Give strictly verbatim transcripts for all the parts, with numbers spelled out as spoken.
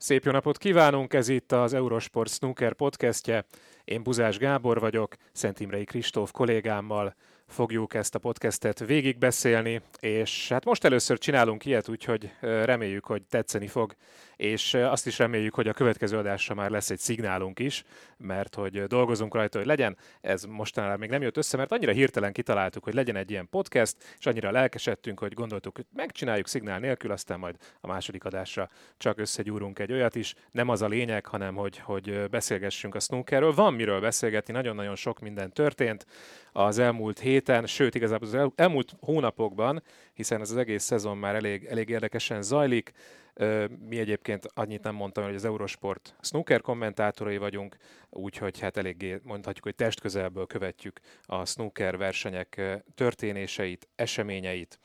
Szép jó napot kívánunk, ez itt az Eurosport Snooker podcastje. Én Buzás Gábor vagyok, Szent Imrei Kristóf kollégámmal fogjuk ezt a podcastet végigbeszélni, és hát most először csinálunk ilyet, úgyhogy reméljük, hogy tetszeni fog, és azt is reméljük, hogy a következő adásra már lesz egy szignálunk is, mert hogy dolgozunk rajta, hogy legyen. Ez mostanában még nem jött össze, mert annyira hirtelen kitaláltuk, hogy legyen egy ilyen podcast, és annyira lelkesedtünk, hogy gondoltuk, hogy megcsináljuk szignál nélkül, aztán majd a második adásra csak összegyúrunk egy olyat is. Nem az a lényeg, hanem hogy, hogy beszélgessünk a snookerről. Van miről beszélgetni, nagyon-nagyon sok minden történt az elmúlt héten, sőt igazából az elmúlt hónapokban, hiszen ez az egész szezon már elég, elég érdekesen zajlik. Mi egyébként annyit nem mondtam, hogy az Eurosport snooker kommentátorai vagyunk, úgyhogy hát eléggé mondhatjuk, hogy testközelből követjük a snooker versenyek történéseit, eseményeit.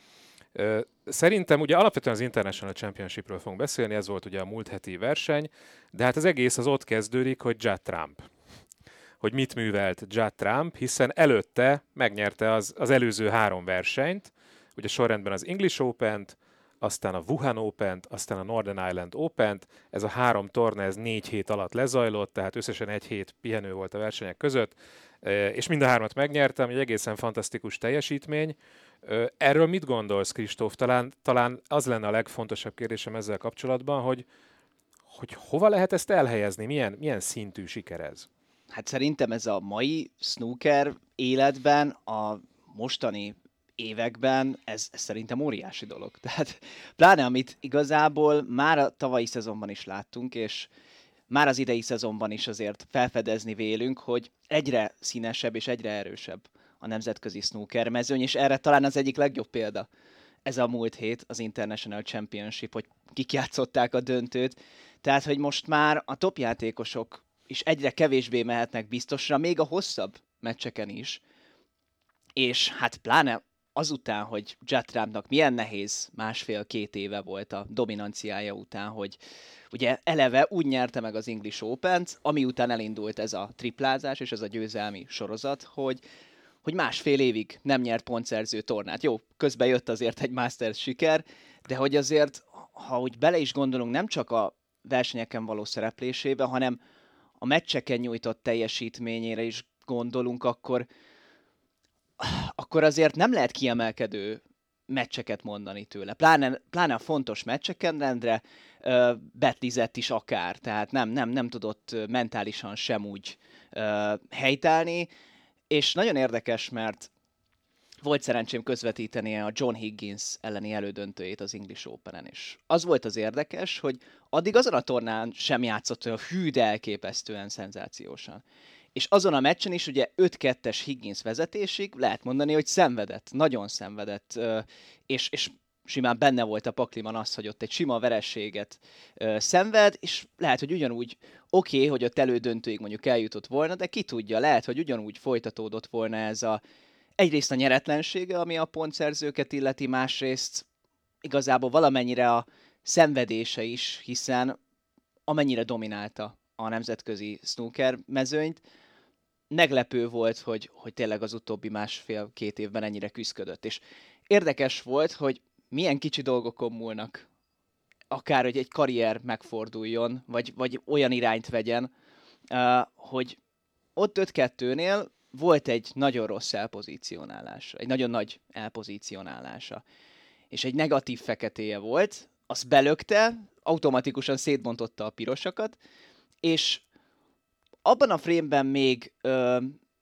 Szerintem ugye alapvetően az International Championshipről fogunk beszélni, ez volt ugye a múlt heti verseny, de hát az egész az ott kezdődik, hogy Judd Trump. Hogy mit művelt Judd Trump, hiszen előtte megnyerte az, az előző három versenyt, ugye sorrendben az English Opent, aztán a Wuhan Opent, aztán a Northern Ireland Opent. Ez a három torna, ez négy hét alatt lezajlott, tehát összesen egy hét pihenő volt a versenyek között, és mind a hármat megnyertem, egy egészen fantasztikus teljesítmény. Erről mit gondolsz, Kristóf? Talán, talán az lenne a legfontosabb kérdésem ezzel kapcsolatban, hogy, hogy hova lehet ezt elhelyezni, milyen, milyen szintű siker ez? Hát szerintem ez a mai snooker életben, a mostani években ez, ez szerintem óriási dolog. Tehát pláne amit igazából már a tavalyi szezonban is láttunk, és már az idei szezonban is azért felfedezni vélünk, hogy egyre színesebb és egyre erősebb a nemzetközi snooker mezőny, és erre talán az egyik legjobb példa ez a múlt hét, az International Championship, hogy kik játszották a döntőt. Tehát, hogy most már a top játékosok is egyre kevésbé mehetnek biztosra, még a hosszabb meccseken is. És hát pláne azután, hogy Judd Trumpnak milyen nehéz másfél-két éve volt a dominanciája után, hogy ugye eleve úgy nyerte meg az English Opent, ami után elindult ez a triplázás és ez a győzelmi sorozat, hogy, hogy másfél évig nem nyert pontszerző tornát. Jó, közben jött azért egy Masters siker, de hogy azért, ha úgy bele is gondolunk, nem csak a versenyeken való szereplésébe, hanem a meccseken nyújtott teljesítményére is gondolunk, akkor akkor azért nem lehet kiemelkedő meccseket mondani tőle. Pláne, pláne a fontos meccseken rendre uh, betlizett is akár, tehát nem, nem, nem tudott mentálisan sem úgy uh, helytállni, és nagyon érdekes, mert volt szerencsém közvetíteni a John Higgins elleni elődöntőjét az English Openen is. Az volt az érdekes, hogy addig azon a tornán sem játszott olyan hű, de elképesztően szenzációsan. És azon a meccsen is ugye öt kettes Higgins vezetésig lehet mondani, hogy szenvedett, nagyon szenvedett, és, és simán benne volt a pakliban az, hogy ott egy sima vereséget szenved, és lehet, hogy ugyanúgy oké, okay, hogy ott elődöntőig mondjuk eljutott volna, de ki tudja, lehet, hogy ugyanúgy folytatódott volna ez a egyrészt a nyeretlensége, ami a pontszerzőket illeti, másrészt igazából valamennyire a szenvedése is, hiszen amennyire dominálta a nemzetközi snooker mezőnyt, meglepő volt, hogy, hogy tényleg az utóbbi másfél-két évben ennyire küszködött. És érdekes volt, hogy milyen kicsi dolgokon múlnak. Akár, hogy egy karrier megforduljon, vagy, vagy olyan irányt vegyen, uh, hogy ott öt kettőnél volt egy nagyon rossz elpozícionálása, egy nagyon nagy elpozícionálása. És egy negatív feketéje volt, azt belökte, automatikusan szétbontotta a pirosakat, és abban a frame-ben még, ö,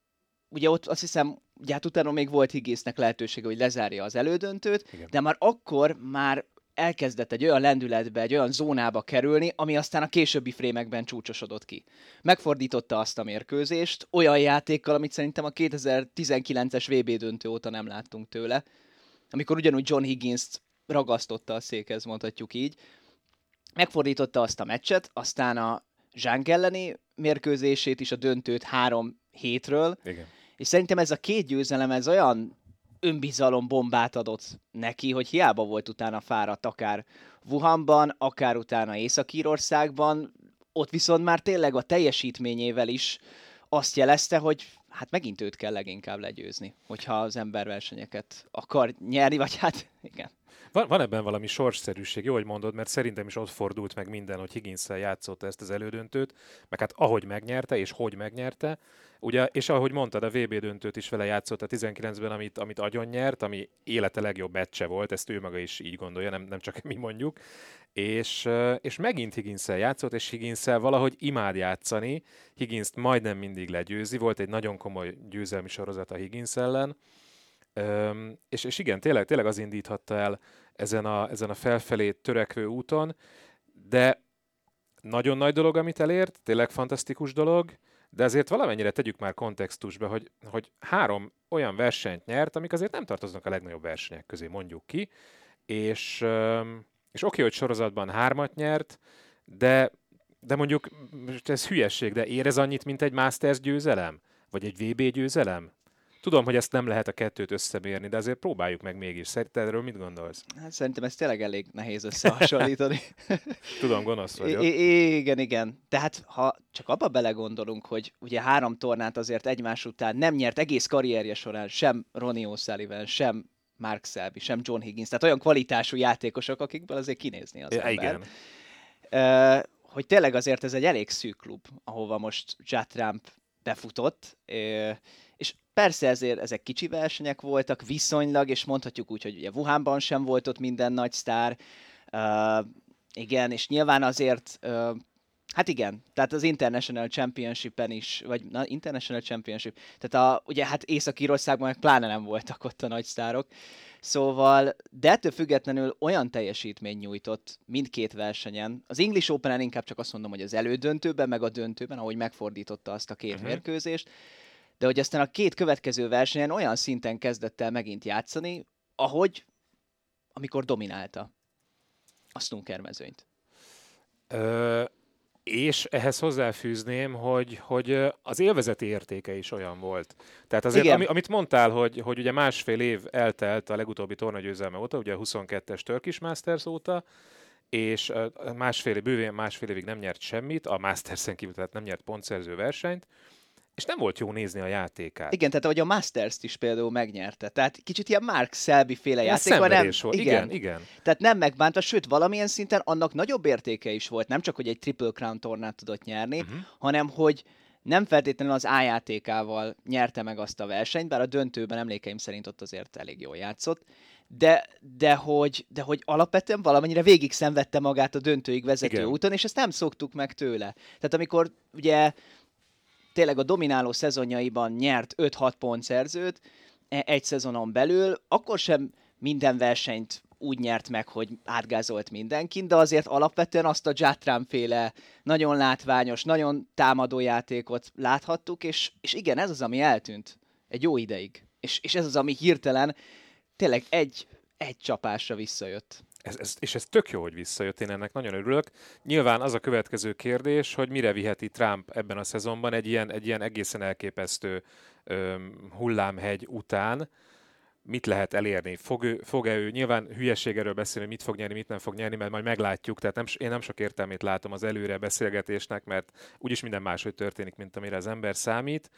ugye ott azt hiszem, ugye hát utána még volt Higginsnek lehetősége, hogy lezárja az elődöntőt, igen. De már akkor már elkezdett egy olyan lendületbe, egy olyan zónába kerülni, ami aztán a későbbi frémekben csúcsosodott ki. Megfordította azt a mérkőzést olyan játékkal, amit szerintem a kétezer-tizenkilences vé bé döntő óta nem láttunk tőle, amikor ugyanúgy John Higgins-t ragasztotta a székhez, mondhatjuk így. Megfordította azt a meccset, aztán a Zhang elleni mérkőzését is, a döntőt három hétről, igen. És szerintem ez a két győzelem, ez olyan önbizalombombát adott neki, hogy hiába volt utána fáradt akár Wuhanban, akár utána Észak-Írországban, ott viszont már tényleg a teljesítményével is azt jelezte, hogy hát megint őt kell leginkább legyőzni, hogyha az ember versenyeket akar nyerni, vagy hát igen. Van, van ebben valami sorsszerűség, jó, hogy mondod, mert szerintem is ott fordult meg minden, hogy Higginssel játszotta ezt az elődöntőt, meg hát ahogy megnyerte, és hogy megnyerte, ugye, és ahogy mondtad, a vé bé döntőt is vele játszott a tizenkilencben, amit, amit agyon nyert, ami élete legjobb meccse volt, ezt ő maga is így gondolja, nem, nem csak mi mondjuk, és, és megint Higginssel játszott, és Higginssel valahogy imád játszani, Higginst majdnem mindig legyőzi, volt egy nagyon komoly győzelmi sorozat a Higgins ellen, Öm, és, és igen, tényleg, tényleg az indíthatta el ezen a, ezen a felfelé törekvő úton, de nagyon nagy dolog, amit elért, tényleg fantasztikus dolog, de azért valamennyire tegyük már kontextusba, hogy, hogy három olyan versenyt nyert, amik azért nem tartoznak a legnagyobb versenyek közé, mondjuk ki, és, öm, és oké, hogy sorozatban hármat nyert, de, de mondjuk, ez hülyesség, de ér ez annyit, mint egy Masters győzelem? Vagy egy vé bé győzelem? Tudom, hogy ezt nem lehet a kettőt összemérni, de azért próbáljuk meg mégis. Szerinted erről mit gondolsz? Hát szerintem ez tényleg elég nehéz összehasonlítani. Tudom, gonosz vagyok. I- igen, igen. Tehát ha csak abba belegondolunk, hogy ugye három tornát azért egymás után nem nyert egész karrierje során sem Ronnie O'Sullivan, sem Mark Selby, sem John Higgins, tehát olyan kvalitású játékosok, akikből azért kinézni az Ja, ember. igen. Uh, hogy tényleg azért ez egy elég szűk klub, ahova most Judd Trump befutott, uh, és persze ezért ezek kicsi versenyek voltak, viszonylag, és mondhatjuk úgy, hogy ugye Wuhanban sem volt ott minden nagy sztár. Uh, igen, és nyilván azért, uh, hát igen, tehát az International Championship-en is, vagy na, International Championship, tehát a, ugye hát Észak-Írországban meg pláne nem voltak ott a nagy sztárok. Szóval, de ettől függetlenül olyan teljesítmény nyújtott mindkét versenyen. Az English Openen inkább csak azt mondom, hogy az elődöntőben, meg a döntőben, ahogy megfordította azt a két uh-huh. mérkőzést, de hogy aztán a két következő versenyen olyan szinten kezdett el megint játszani, ahogy amikor dominálta a snooker mezőnyt. Ö, és ehhez hozzáfűzném, hogy, hogy az élvezeti értéke is olyan volt. Tehát azért, ami, amit mondtál, hogy, hogy ugye másfél év eltelt a legutóbbi tornagyőzelme óta, ugye a huszonkettes Turkish Masters óta, és másfél, bőven másfél évig nem nyert semmit, a Mastersen kívül, tehát nem nyert pontszerző versenyt, és nem volt jó nézni a játékát. Igen, tehát ahogy a Masters-t is például megnyerte. Tehát kicsit ilyen Mark Selby féle játék, nem, volt. Igen, igen, igen. Tehát nem megbánta, sőt, valamilyen szinten annak nagyobb értéke is volt. Nem csak, hogy egy Triple Crown tornát tudott nyerni, uh-huh. hanem, hogy nem feltétlenül az A játékával nyerte meg azt a versenyt, bár a döntőben emlékeim szerint ott azért elég jól játszott. De, de, hogy, de hogy alapvetően valamennyire végig szenvedte magát a döntőig vezető igen. úton, és ezt nem szoktuk meg tőle. Tehát amikor ugye tényleg a domináló szezonjaiban nyert öt-hat pontszerzőt egy szezonon belül, akkor sem minden versenyt úgy nyert meg, hogy átgázolt mindenkin, de azért alapvetően azt a Judd Trump féle nagyon látványos, nagyon támadó játékot láthattuk, és, és igen, ez az, ami eltűnt egy jó ideig. És, és ez az, ami hirtelen tényleg egy, egy csapásra visszajött. Ez, ez, és ez tök jó, hogy visszajött, én ennek nagyon örülök. Nyilván az a következő kérdés, hogy mire viheti Trump ebben a szezonban egy ilyen, egy ilyen egészen elképesztő öm, hullámhegy után. Mit lehet elérni? Fog ő, fog-e ő, nyilván hülyeség erről beszélni, mit fog nyerni, mit nem fog nyerni, mert majd meglátjuk, tehát nem, én nem sok értelmét látom az előre beszélgetésnek, mert úgyis minden máshogy történik, mint amire az ember számít.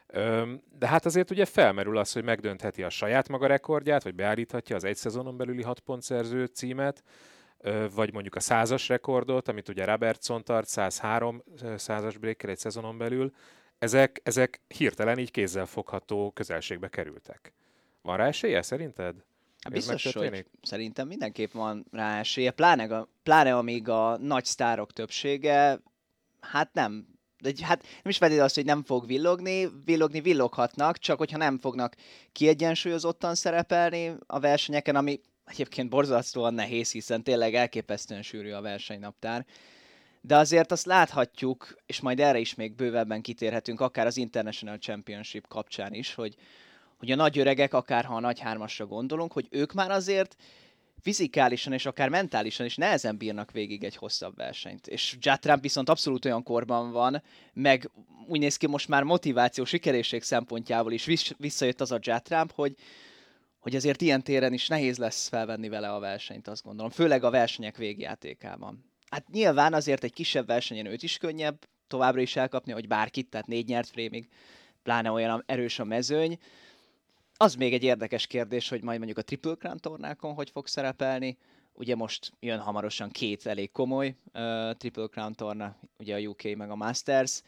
De hát azért ugye felmerül az, hogy megdöntheti a saját maga rekordját, vagy beállíthatja az egy szezonon belüli hat pontszerző címet, vagy mondjuk a százas rekordot, amit ugye Robertson tart, száz három százas breaker egy szezonon belül. Ezek, ezek hirtelen így kézzel fogható közelségbe kerültek. Van rá esélye szerinted? Hát biztos, hogy szerintem mindenképp van rá esélye, pláne, a, pláne amíg a nagy sztárok többsége, hát nem, de hát nem is feltétlenül az, hogy nem fog villogni, villogni villoghatnak, csak hogyha nem fognak kiegyensúlyozottan szerepelni a versenyeken, ami egyébként borzasztóan nehéz, hiszen tényleg elképesztően sűrű a versenynaptár. De azért azt láthatjuk, és majd erre is még bővebben kitérhetünk, akár az International Championship kapcsán is, hogy, hogy a nagy öregek, akár ha a nagy hármasra gondolunk, hogy ők már azért fizikálisan és akár mentálisan is nehezen bírnak végig egy hosszabb versenyt. És Judd Trump viszont abszolút olyan korban van, meg úgy néz ki most már motiváció, sikerészség szempontjából is visszajött az a Judd Trump, hogy, hogy azért ilyen téren is nehéz lesz felvenni vele a versenyt, azt gondolom. Főleg a versenyek végjátékában. Hát nyilván azért egy kisebb versenyen őt is könnyebb továbbra is elkapni, hogy bárkit, tehát négy nyert frémig. pláne olyan erős a mezőny. Az még egy érdekes kérdés, hogy majd mondjuk a Triple Crown tornákon hogy fog szerepelni. Ugye most jön hamarosan két elég komoly uh, Triple Crown torna, ugye a U K meg a Masters,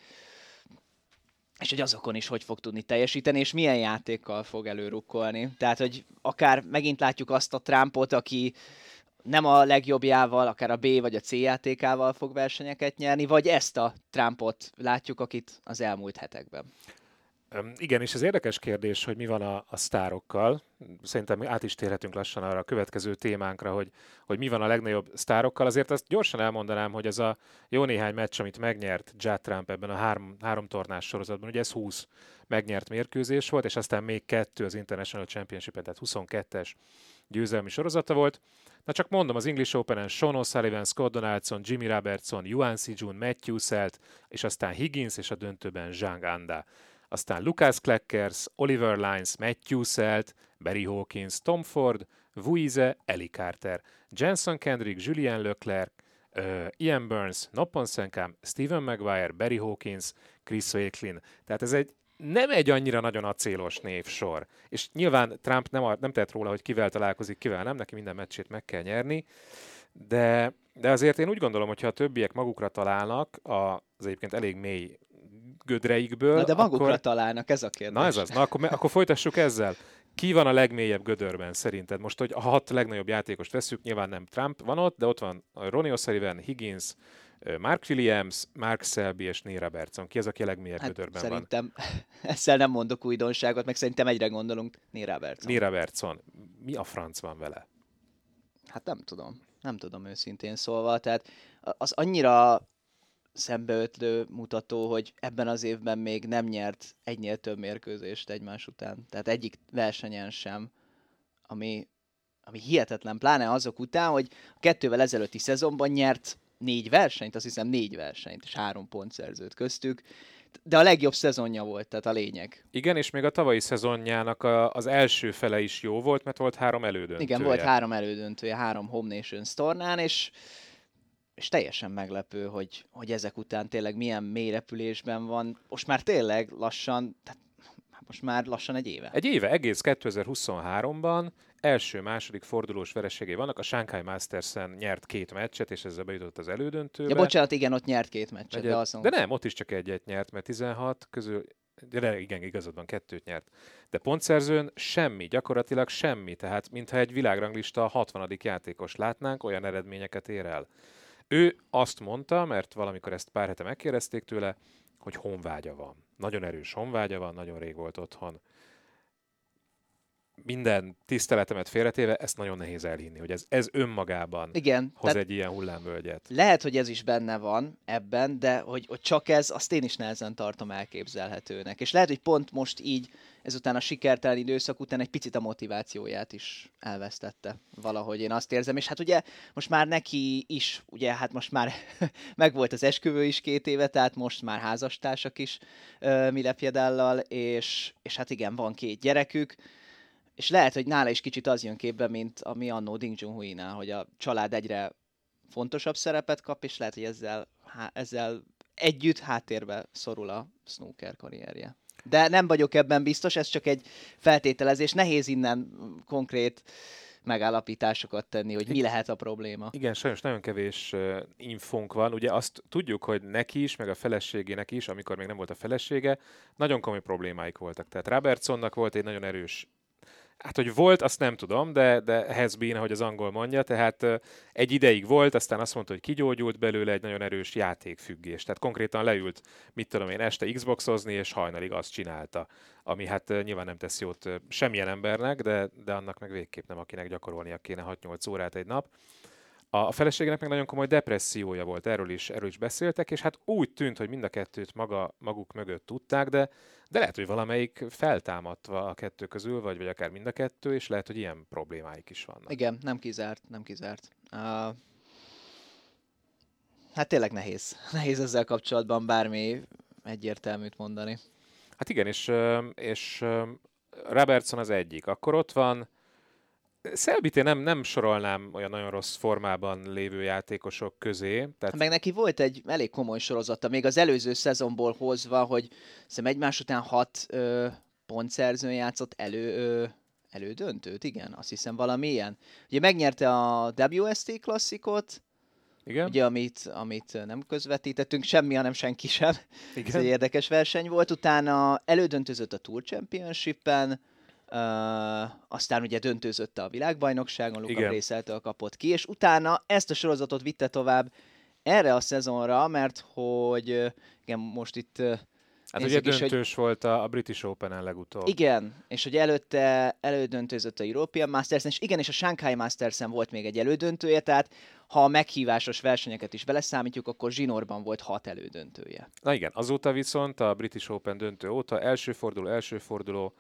és hogy azokon is hogy fog tudni teljesíteni, és milyen játékkal fog előrukkolni. Tehát, hogy akár megint látjuk azt a Trumpot, aki nem a legjobbjával, akár a B vagy a C játékával fog versenyeket nyerni, vagy ezt a Trumpot látjuk, akit az elmúlt hetekben. Igen, és ez érdekes kérdés, hogy mi van a, a sztárokkal. Szerintem át is térhetünk lassan arra a következő témánkra, hogy, hogy mi van a legnagyobb sztárokkal. Azért azt gyorsan elmondanám, hogy ez a jó néhány meccs, amit megnyert Judd Trump ebben a három, három tornás sorozatban, ugye ez húsz megnyert mérkőzés volt, és aztán még kettő az International Championship-en, tehát huszonkettes győzelmi sorozata volt. Na csak mondom, az English Open-en Sean O'Sullivan, Scott Donaldson, Jimmy Robertson, Yuan Si-jun, Matthew Selt, és aztán Higgins, és a döntőben Zhang Anda. Aztán Lucas Kleckers, Oliver Lyons, Matthew Selt, Barry Hawkins, Tom Ford, Vuize, Ellie Carter, Jenson Kendrick, Julien Leclerc, uh, Ian Burns, Noppon Senkam, Stephen Maguire, Barry Hawkins, Chris Wakelin. Tehát ez egy nem egy annyira nagyon acélos névsor. És nyilván Trump nem, nem tehet róla, hogy kivel találkozik, kivel nem, neki minden meccsét meg kell nyerni, de, de azért én úgy gondolom, hogy ha a többiek magukra találnak, az egyébként elég mély gödreikből. Na de magukra akkor... találnak, ez a kérdés. Na ez az, na akkor, akkor folytassuk ezzel. Ki van a legmélyebb gödörben szerinted? Most, hogy a hat legnagyobb játékost veszük, nyilván nem Trump van ott, de ott van Ronnie O'Sullivan, Higgins, Mark Williams, Mark Selby és Neil Robertson. Ki az, aki a legmélyebb hát gödörben szerintem, van? Szerintem ezzel nem mondok újdonságot, meg szerintem egyre gondolunk Neil Robertson. Neil Robertson. Mi a franc van vele? Hát nem tudom. Nem tudom őszintén szólva. Tehát az annyira szembeötlő mutató, hogy ebben az évben még nem nyert egynél több mérkőzést egymás után. Tehát egyik versenyen sem, ami, ami hihetetlen, pláne azok után, hogy a kettővel ezelőtti szezonban nyert négy versenyt, azt hiszem négy versenyt, és három pontszerzőt köztük, de a legjobb szezonja volt, tehát a lényeg. Igen, és még a tavalyi szezonjának a, az első fele is jó volt, mert volt három elődöntője. Igen, volt három elődöntője, három Home Nations tornán, és és teljesen meglepő, hogy, hogy ezek után tényleg milyen mély repülésben van. Most már tényleg lassan, tehát most már lassan egy éve. Egy éve, egész kétezer-huszonháromban első-második fordulós vereségei vannak. A Shanghai Masters-en nyert két meccset, és ezzel bejutott az elődöntőbe. Ja, bocsánat, igen, ott nyert két meccset. Egyet, de, azon... de nem, ott is csak egyet nyert, mert tizenhat közül, de igen, igazad van, kettőt nyert. De pontszerzőn semmi, gyakorlatilag semmi. Tehát mintha egy világranglista hatvanadik játékos látnánk, olyan eredményeket ér el. Ő azt mondta, mert valamikor ezt pár hete megkérdezték tőle, hogy honvágya van. Nagyon erős honvágya van, nagyon rég volt otthon. Minden tiszteletemet félretéve, ezt nagyon nehéz elhinni, hogy ez, ez önmagában igen, hoz egy ilyen hullámvölgyet. Lehet, hogy ez is benne van ebben, de hogy, hogy csak ez, azt én is nehezen tartom elképzelhetőnek. És lehet, hogy pont most így, ezután a sikertelen időszak után egy picit a motivációját is elvesztette valahogy, én azt érzem. És hát ugye most már neki is, ugye hát most már megvolt az esküvő is két éve, tehát most már házastársak is uh, Mile Piedállal, és, és hát igen, van két gyerekük, és lehet, hogy nála is kicsit az jön képbe, mint ami annó Ding Junhui-nál, hogy a család egyre fontosabb szerepet kap, és lehet, hogy ezzel, há, ezzel együtt háttérbe szorul a snooker karrierje. De nem vagyok ebben biztos, ez csak egy feltételezés. Nehéz innen konkrét megállapításokat tenni, hogy mi lehet a probléma. Igen, sajnos nagyon kevés uh, infónk van. Ugye azt tudjuk, hogy neki is, meg a feleségének is, amikor még nem volt a felesége, nagyon komoly problémáik voltak. Tehát Robertsonnak volt egy nagyon erős, hát, hogy volt, azt nem tudom, de, de has been, ahogy az angol mondja, tehát uh, egy ideig volt, aztán azt mondta, hogy kigyógyult belőle egy nagyon erős játékfüggés. Tehát konkrétan leült, mit tudom én, este Xboxozni, és hajnalig azt csinálta, ami hát uh, nyilván nem tesz jót uh, semmilyen embernek, de, de annak meg végképp nem, akinek gyakorolnia kéne hat-nyolc órát egy nap. A feleségének meg nagyon komoly depressziója volt, erről is, erről is beszéltek, és hát úgy tűnt, hogy mind a kettőt maga, maguk mögött tudták, de, de lehet, hogy valamelyik feltámadva a kettő közül, vagy, vagy akár mind a kettő, és lehet, hogy ilyen problémáik is vannak. Igen, nem kizárt, nem kizárt. Uh, hát tényleg nehéz. Nehéz ezzel kapcsolatban bármi egyértelműt mondani. Hát igen, és, és Robertson az egyik. Akkor ott van Selbyt én nem, nem sorolnám olyan nagyon rossz formában lévő játékosok közé. Tehát... Meg neki volt egy elég komoly sorozata, még az előző szezonból hozva, hogy hiszem egymás után hat ö, pontszerzőn játszott elő, ö, elődöntőt, igen, azt hiszem valami ilyen. Ugye megnyerte a dupla vé es té klasszikot, igen? Ugye, amit, amit nem közvetítettünk, semmi, hanem senki sem. Igen. Ez egy érdekes verseny volt. Utána elődöntözött a Tour Championship-en, Uh, aztán ugye döntőzött a világbajnokságon, Luca Brészheltől kapott ki, és utána ezt a sorozatot vitte tovább erre a szezonra, mert hogy igen, most itt hát ugye döntős is, hogy... volt a, a British Open-en legutóbb. Igen, és hogy előtte elődöntőzött a European Masters-en, és igen, és a Shanghai Masters-en volt még egy elődöntője, tehát ha a meghívásos versenyeket is beleszámítjuk, akkor zsinórban volt hat elődöntője. Na igen, azóta viszont a British Open döntő óta első forduló, első forduló,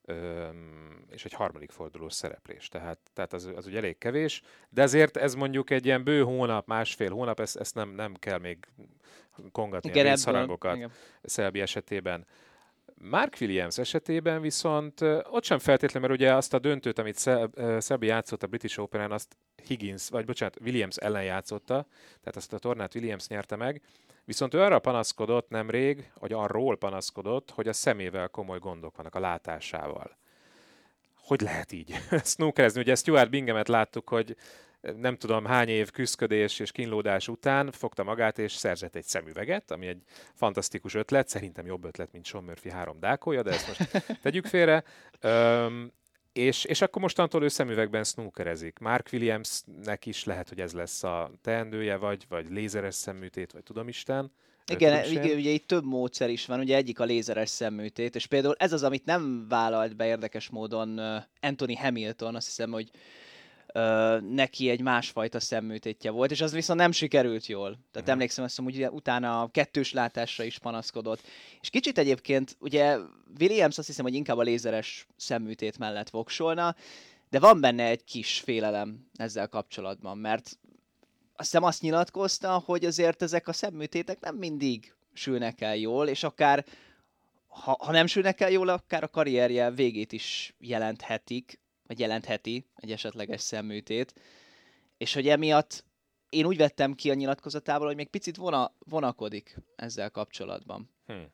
és egy harmadik fordulós szereplés. Tehát, tehát az, az ugye elég kevés, de ezért ez mondjuk egy ilyen bő hónap, másfél hónap, ezt, ezt nem, nem kell még kongatni igen, a vészharangokat Selby esetében. Mark Williams esetében viszont ott sem feltétlenül, mert ugye azt a döntőt, amit Selby játszott a British Openen, azt Higgins, vagy bocsánat, Williams ellen játszotta, tehát azt a tornát Williams nyerte meg, viszont ő arra panaszkodott nemrég, vagy arról panaszkodott, hogy a szemével komoly gondok vannak, a látásával. Hogy lehet így snookerezni? Ugye Stuart Binghamet láttuk, hogy nem tudom hány év küszködés és kínlódás után fogta magát és szerzett egy szemüveget, ami egy fantasztikus ötlet, szerintem jobb ötlet, mint Sean Murphy három dákója, de ezt most tegyük félre. Öm, és, és akkor mostantól ő szemüvegben snookerezik. Mark Williamsnek is lehet, hogy ez lesz a teendője, vagy, vagy lézeres szemműtét, vagy tudom Isten. Igen, ugye, ugye itt több módszer is van, ugye egyik a lézeres szemműtét, és például ez az, amit nem vállalt be érdekes módon Anthony Hamilton, azt hiszem, hogy Uh, neki egy másfajta szemműtétje volt, és az viszont nem sikerült jól. Tehát uh-huh. emlékszem, azt mondom, hogy utána a kettős látásra is panaszkodott. És kicsit egyébként, ugye Williams azt hiszem, hogy inkább a lézeres szemműtét mellett voksolna, de van benne egy kis félelem ezzel kapcsolatban, mert azt hiszem azt nyilatkozta, hogy azért ezek a szemműtétek nem mindig sülnek el jól, és akár ha, ha nem sülnek el jól, akár a karrierje végét is jelenthetik, vagy jelentheti egy esetleges szemműtét, és hogy emiatt én úgy vettem ki a nyilatkozatából, hogy még picit vona, vonakodik ezzel kapcsolatban. Hmm.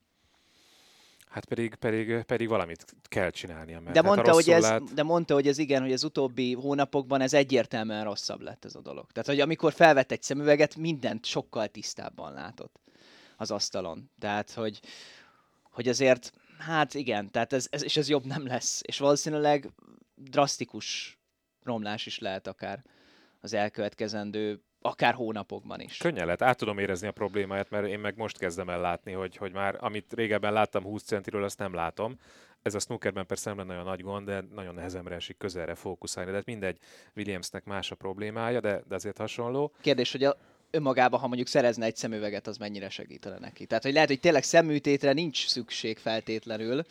Hát pedig, pedig, pedig valamit kell csinálnia. Mert de, hát mondta, hogy ez, lát... de mondta, hogy ez igen, hogy az utóbbi hónapokban ez egyértelműen rosszabb lett ez a dolog. Tehát, hogy amikor felvett egy szemüveget, mindent sokkal tisztábban látott az asztalon. Tehát, hogy, hogy azért, hát igen, tehát ez, ez, és ez jobb nem lesz. És valószínűleg drasztikus romlás is lehet akár az elkövetkezendő, akár hónapokban is. Könnyen lehet, át tudom érezni a problémáját, mert én meg most kezdem el látni, hogy, hogy már amit régebben láttam húsz centiről, azt nem látom. Ez a snookerben persze nem lenne olyan nagy gond, de nagyon nehezemre esik közelre fókuszálni. De mindegy, Williamsnek más a problémája, de, de azért hasonló. Kérdés, hogy a önmagában, ha mondjuk szerezne egy szemüveget, az mennyire segítene neki. Tehát, hogy lehet, hogy tényleg szemműtétre nincs szükség feltétlenül.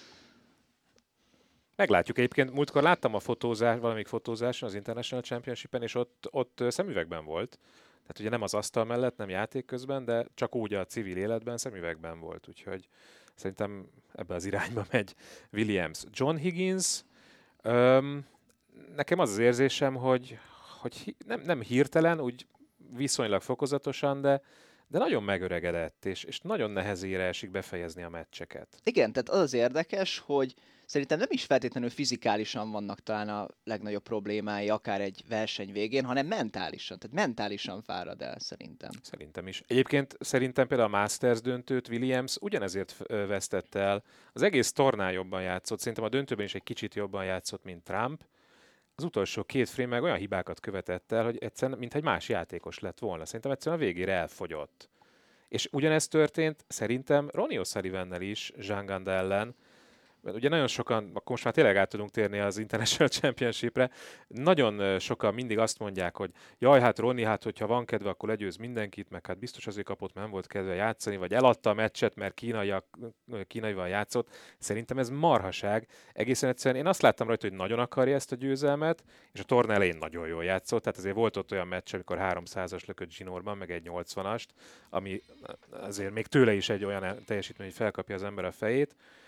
Meglátjuk. Egyébként múltkor láttam a fotózás, valamelyik fotózáson az International Championship-en, és ott, ott szemüvegben volt. Tehát ugye nem az asztal mellett, nem játék közben, de csak úgy a civil életben szemüvegben volt. Úgyhogy szerintem ebbe az irányba megy Williams. John Higgins, öm, nekem az az érzésem, hogy, hogy nem, nem hirtelen, úgy viszonylag fokozatosan, de, de nagyon megöregedett, és, és nagyon nehezére esik befejezni a meccseket. Igen, tehát az az érdekes, hogy szerintem nem is feltétlenül fizikálisan vannak talán a legnagyobb problémái akár egy verseny végén, hanem mentálisan. Tehát mentálisan fárad el szerintem. Szerintem is. Egyébként szerintem például a Masters döntőt Williams ugyanezért vesztette el. Az egész tornán jobban játszott. Szerintem a döntőben is egy kicsit jobban játszott, mint Trump. Az utolsó két frame meg olyan hibákat követett el, hogy egyszerűen mintha egy más játékos lett volna. Szerintem egyszerűen a végére elfogyott. És ugyanezt történt szerintem Ronnie O'Sullivannel is, Jean Ganda ellen. Ugye nagyon sokan, akkor most már tényleg át tudunk térni az International Championship-re, nagyon sokan mindig azt mondják, hogy jaj, hát Ronnie, hát hogyha van kedve, akkor legyőz mindenkit, meg hát biztos azért kapott, mert nem volt kedve játszani, vagy eladta a meccset, mert kínaiak, kínaival játszott. Szerintem ez marhaság. Egészen egyszerűen én azt láttam rajta, hogy nagyon akarja ezt a győzelmet, és a torna elején nagyon jól játszott, tehát azért volt ott olyan meccs, amikor háromszázas lökött zsinórban, meg egy nyolcvanast, ami azért még tőle is egy olyan teljesítmény, hogy felkapja az ember a fejét.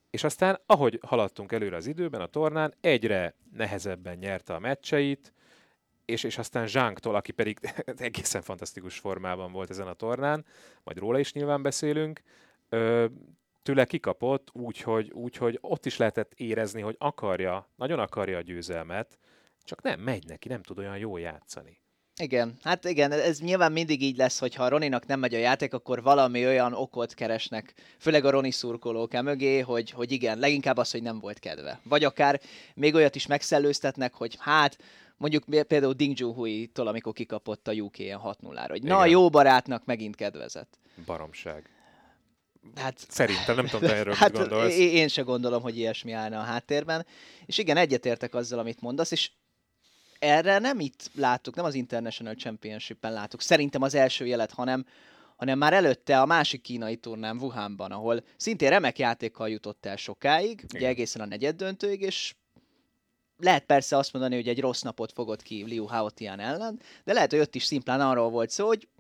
és aztán, ahogy haladtunk előre az időben, a tornán egyre nehezebben nyerte a meccseit, és, és aztán Zsánktól, aki pedig egészen fantasztikus formában volt ezen a tornán, majd róla is nyilván beszélünk, ö, tőle kikapott, úgyhogy úgy, hogy ott is lehetett érezni, hogy akarja, nagyon akarja a győzelmet, csak nem megy neki, nem tud olyan jól játszani. Igen, hát igen, ez nyilván mindig így lesz, hogy ha Roninak nem megy a játék, akkor valami olyan okot keresnek, főleg a Roni szurkolók e mögé, hogy, hogy igen, leginkább az, hogy nem volt kedve. Vagy akár még olyat is megszellőztetnek, hogy hát mondjuk például Ding Junhui-tól, amikor kikapott a U K-en hat nullára, hogy igen. Na, jó barátnak megint kedvezett. Baromság. Hát, Szerintem, nem tudom, te erről hát mit gondolsz. Én se gondolom, hogy ilyesmi állna a háttérben. És igen, egyetértek azzal, amit mondasz, és erre nem itt láttuk, nem az International Championship-en láttuk, szerintem az első jelet, hanem, hanem már előtte a másik kínai turnán Wuhanban, ahol szintén remek játékkal jutott el sokáig, igen. Ugye egészen a negyeddöntőig, és lehet persze azt mondani, hogy egy rossz napot fogott ki Liu Haotian ellen, de lehet, hogy ott is szimplán arról volt szó, hogy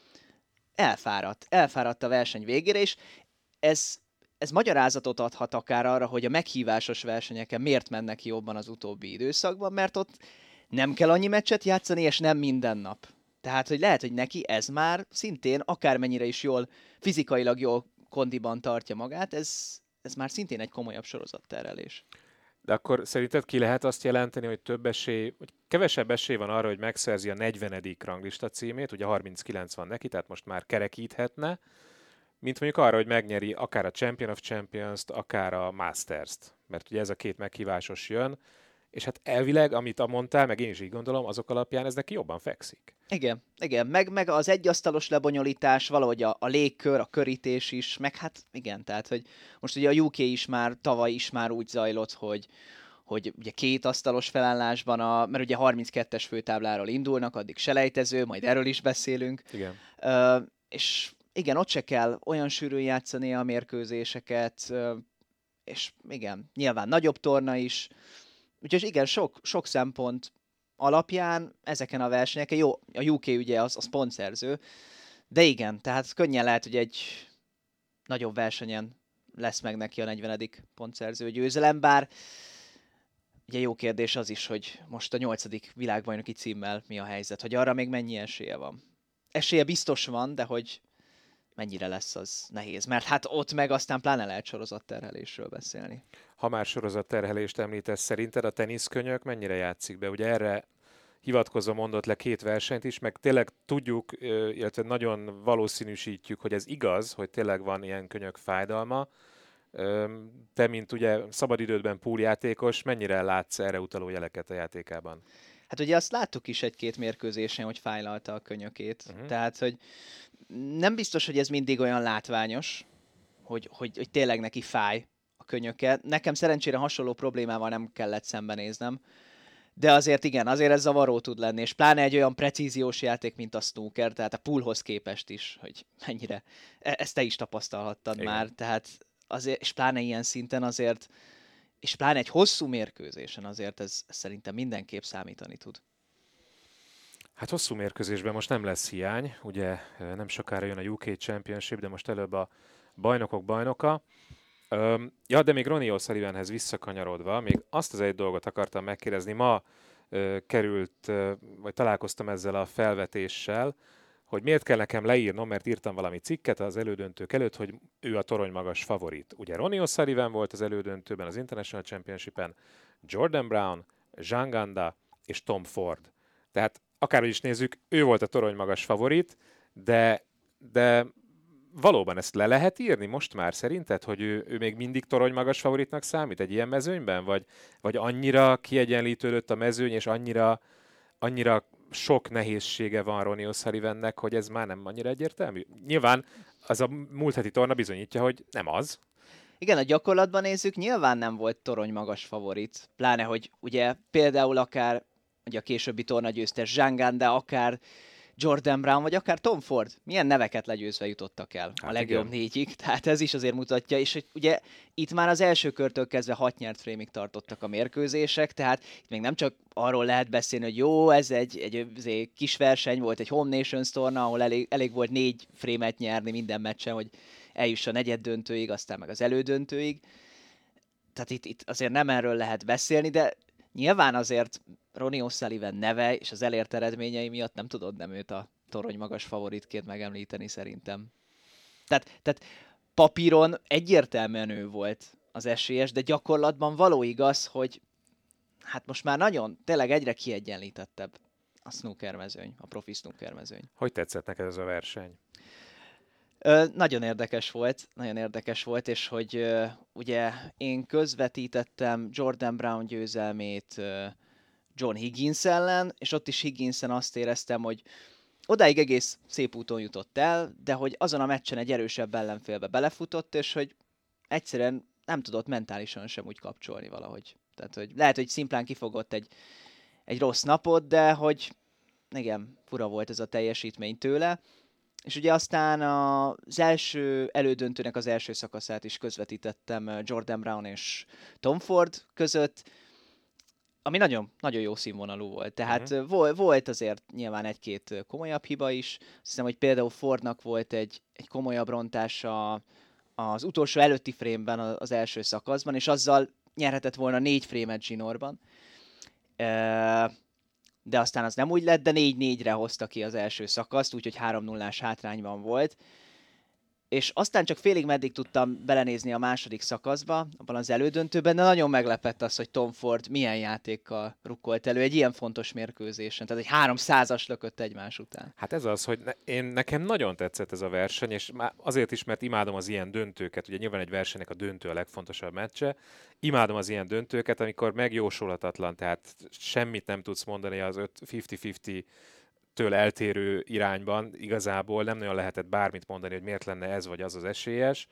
elfáradt, elfáradt a verseny végére, és ez, ez magyarázatot adhat akár arra, hogy a meghívásos versenyeken miért mennek jobban az utóbbi időszakban, mert ott nem kell annyi meccset játszani, és nem minden nap. Tehát, hogy lehet, hogy neki ez már szintén, akármennyire is jól, fizikailag jól kondiban tartja magát, ez, ez már szintén egy komolyabb sorozatterelés. De akkor szerinted ki lehet azt jelenteni, hogy több esély, hogy kevesebb esély van arra, hogy megszerzi a negyvenedik ranglista címét, ugye harminckilenc van neki, tehát most már kerekíthetne, mint mondjuk arra, hogy megnyeri akár a Champion of Champions-t, akár a Masters-t. Mert ugye ez a két meghívásos jön, és hát elvileg, amit mondtál, meg én is így gondolom, azok alapján ez neki jobban fekszik. Igen, igen, meg, meg az egyasztalos lebonyolítás, valahogy a, a légkör, a körítés is, meg hát igen, tehát, hogy most ugye a U K is már, tavaly is már úgy zajlott, hogy, hogy ugye két asztalos felállásban, a, mert ugye harminckettes főtábláról indulnak, addig selejtező, majd erről is beszélünk. Igen. Uh, és igen, ott se kell olyan sűrűn játszani a mérkőzéseket, uh, és igen, nyilván nagyobb torna is, úgyhogy igen, sok, sok szempont alapján ezeken a versenyeken, jó, a U K ugye az a szponszerző, de igen, tehát könnyen lehet, hogy egy nagyobb versenyen lesz meg neki a negyvenedik pontszerző győzelem, bár ugye jó kérdés az is, hogy most a nyolcadik világbajnoki címmel mi a helyzet, hogy arra még mennyi esélye van. Esélye biztos van, de hogy mennyire lesz, az nehéz, mert hát ott meg aztán pláne lehet sorozatterhelésről beszélni. Ha már sorozatterhelést említesz, szerinted a teniszkönyök mennyire játszik be? Ugye erre hivatkozva mondott le két versenyt is, meg tényleg tudjuk, illetve nagyon valószínűsítjük, hogy ez igaz, hogy tényleg van ilyen könyök fájdalma. Te, mint ugye szabadidődben pooljátékos, mennyire látsz erre utaló jeleket a játékában? Hát ugye azt láttuk is egy-két mérkőzésen, hogy fájlalta a könyökét. Uh-huh. Tehát, hogy nem biztos, hogy ez mindig olyan látványos, hogy, hogy, hogy tényleg neki fáj a könyöke. Nekem szerencsére hasonló problémával nem kellett szembenéznem, de azért igen, azért ez zavaró tud lenni, és pláne egy olyan precíziós játék, mint a snooker, tehát a poolhoz képest is, hogy mennyire, ezt te is tapasztalhattad igen. már, tehát azért, és pláne ilyen szinten azért, és pláne egy hosszú mérkőzésen azért ez, ez szerintem mindenképp számítani tud. Hát hosszú mérkőzésben most nem lesz hiány, ugye nem sokára jön a U K Championship, de most előbb a bajnokok bajnoka. Öm, ja, de még Ronnie O'Sullivanhez visszakanyarodva, még azt az egy dolgot akartam megkérdezni. Ma ö, került, ö, vagy találkoztam ezzel a felvetéssel, hogy miért kell nekem leírnom, mert írtam valami cikket az elődöntők előtt, hogy ő a toronymagas favorit. Ugye Ronnie O'Sullivan volt az elődöntőben, az International Championship-en, Jordan Brown, Zhang Ganda és Tom Ford. Tehát akárhogy is nézzük, ő volt a toronymagas favorit, de, de valóban ezt le lehet írni most már szerinted, hogy ő, ő még mindig toronymagas favoritnak számít egy ilyen mezőnyben? Vagy, vagy annyira kiegyenlítődött a mezőny, és annyira, annyira sok nehézsége van Ronnie O'Sullivannek, hogy ez már nem annyira egyértelmű? Nyilván az a múlt heti torna bizonyítja, hogy nem az. Igen, a gyakorlatban nézzük, nyilván nem volt toronymagas favorit. Pláne, hogy ugye például akár ugye a későbbi tornagyőztes Zhang Ganda, akár Jordan Brown, vagy akár Tom Ford, milyen neveket legyőzve jutottak el hát a legjobb igen. négyig, tehát ez is azért mutatja, és ugye itt már az első körtől kezdve hat nyert frémig tartottak a mérkőzések, tehát itt még nem csak arról lehet beszélni, hogy jó, ez egy, egy, egy kis verseny volt, egy Home Nations torna, ahol elég, elég volt négy frémet nyerni minden meccsen, hogy eljuss a negyeddöntőig, aztán meg az elődöntőig, tehát itt, itt azért nem erről lehet beszélni, de nyilván azért Ronnie O'Sullivan neve és az elért eredményei miatt nem tudod nem őt a torony magas favoritként megemlíteni szerintem. Tehát, tehát papíron egyértelműen ő volt az esélyes, de gyakorlatban való igaz, hogy hát most már nagyon, tényleg egyre kiegyenlítettebb a snookermezőny, a profi snookermezőny. Hogy tetszett neked ez a verseny? Ö, nagyon érdekes volt, nagyon érdekes volt, és hogy ö, ugye én közvetítettem Jordan Brown győzelmét ö, John Higgins ellen, és ott is Higginsen azt éreztem, hogy odáig egész szép úton jutott el, de hogy azon a meccsen egy erősebb ellenfélbe belefutott, és hogy egyszerűen nem tudott mentálisan sem úgy kapcsolni valahogy. Tehát, hogy lehet, hogy szimplán kifogott egy, egy rossz napot, de hogy igen, fura volt ez a teljesítmény tőle. És ugye aztán az első elődöntőnek az első szakaszát is közvetítettem Jordan Brown és Tom Ford között, ami nagyon, nagyon jó színvonalú volt. Tehát uh-huh. volt azért nyilván egy-két komolyabb hiba is. Azt hiszem, hogy például Fordnak volt egy, egy komolyabb rontása az utolsó előtti frame-ben az első szakaszban, és azzal nyerhetett volna négy frame-et zsinórban. De aztán az nem úgy lett, de négy négyre hozta ki az első szakaszt, úgyhogy három nullás hátrányban volt. És aztán csak félig meddig tudtam belenézni a második szakaszba, abban az elődöntőben, de nagyon meglepett az, hogy Tom Ford milyen játékkal rukkolt elő egy ilyen fontos mérkőzésen. Tehát egy háromszázas lökött egymás után. Hát ez az, hogy ne, én, nekem nagyon tetszett ez a verseny, és azért is, mert imádom az ilyen döntőket. Ugye nyilván egy versenynek a döntő a legfontosabb meccse. Imádom az ilyen döntőket, amikor megjósolhatatlan, tehát semmit nem tudsz mondani az ötven-ötven től eltérő irányban, igazából nem nagyon lehetett bármit mondani, hogy miért lenne ez vagy az az esélyes,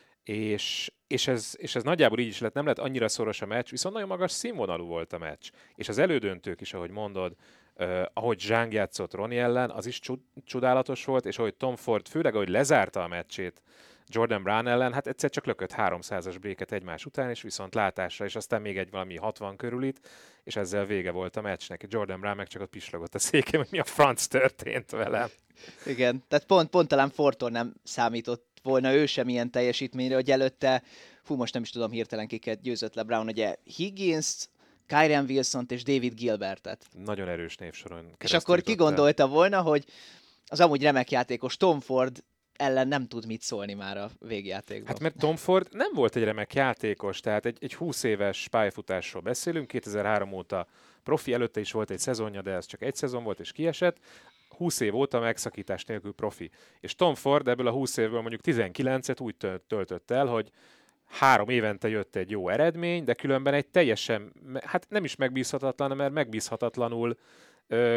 és, és, ez, és ez nagyjából így is lett, nem lett annyira szoros a meccs, viszont nagyon magas színvonalú volt a meccs. És az elődöntők is, ahogy mondod, uh, ahogy Zhang játszott Ronnie ellen, az is csodálatos volt, és ahogy Tom Ford, főleg ahogy lezárta a meccsét Jordan Brown ellen, hát egyszer csak lökött háromszázas bréket egymás után, és viszont látásra, és aztán még egy valami hatvan körülit, és ezzel vége volt a meccsnek. Jordan Brown meg csak ott pislogott a székén, hogy mi a franc történt velem. Igen, tehát pont, pont talán Fordtól nem számított volna ő sem ilyen teljesítményre, hogy előtte, fú, most nem is tudom hirtelen kiket győzött le Brown, ugye Higgins-t, Kyren Wilsont és David Gilbertet. Nagyon erős névsoron. És akkor ki gondolta volna, hogy az amúgy remek játékos Tom Ford ellen nem tud mit szólni már a végjátékban. Hát mert Tom Ford nem volt egy remek játékos, tehát egy, egy húsz éves pályafutásról beszélünk, kétezer-három óta profi, előtte is volt egy szezonja, de ez csak egy szezon volt és kiesett, húsz év óta megszakítás nélkül profi. És Tom Ford ebből a húsz évből mondjuk tizenkilencet úgy töltött el, hogy három évente jött egy jó eredmény, de különben egy teljesen, hát nem is megbízhatatlan, mert megbízhatatlanul ö,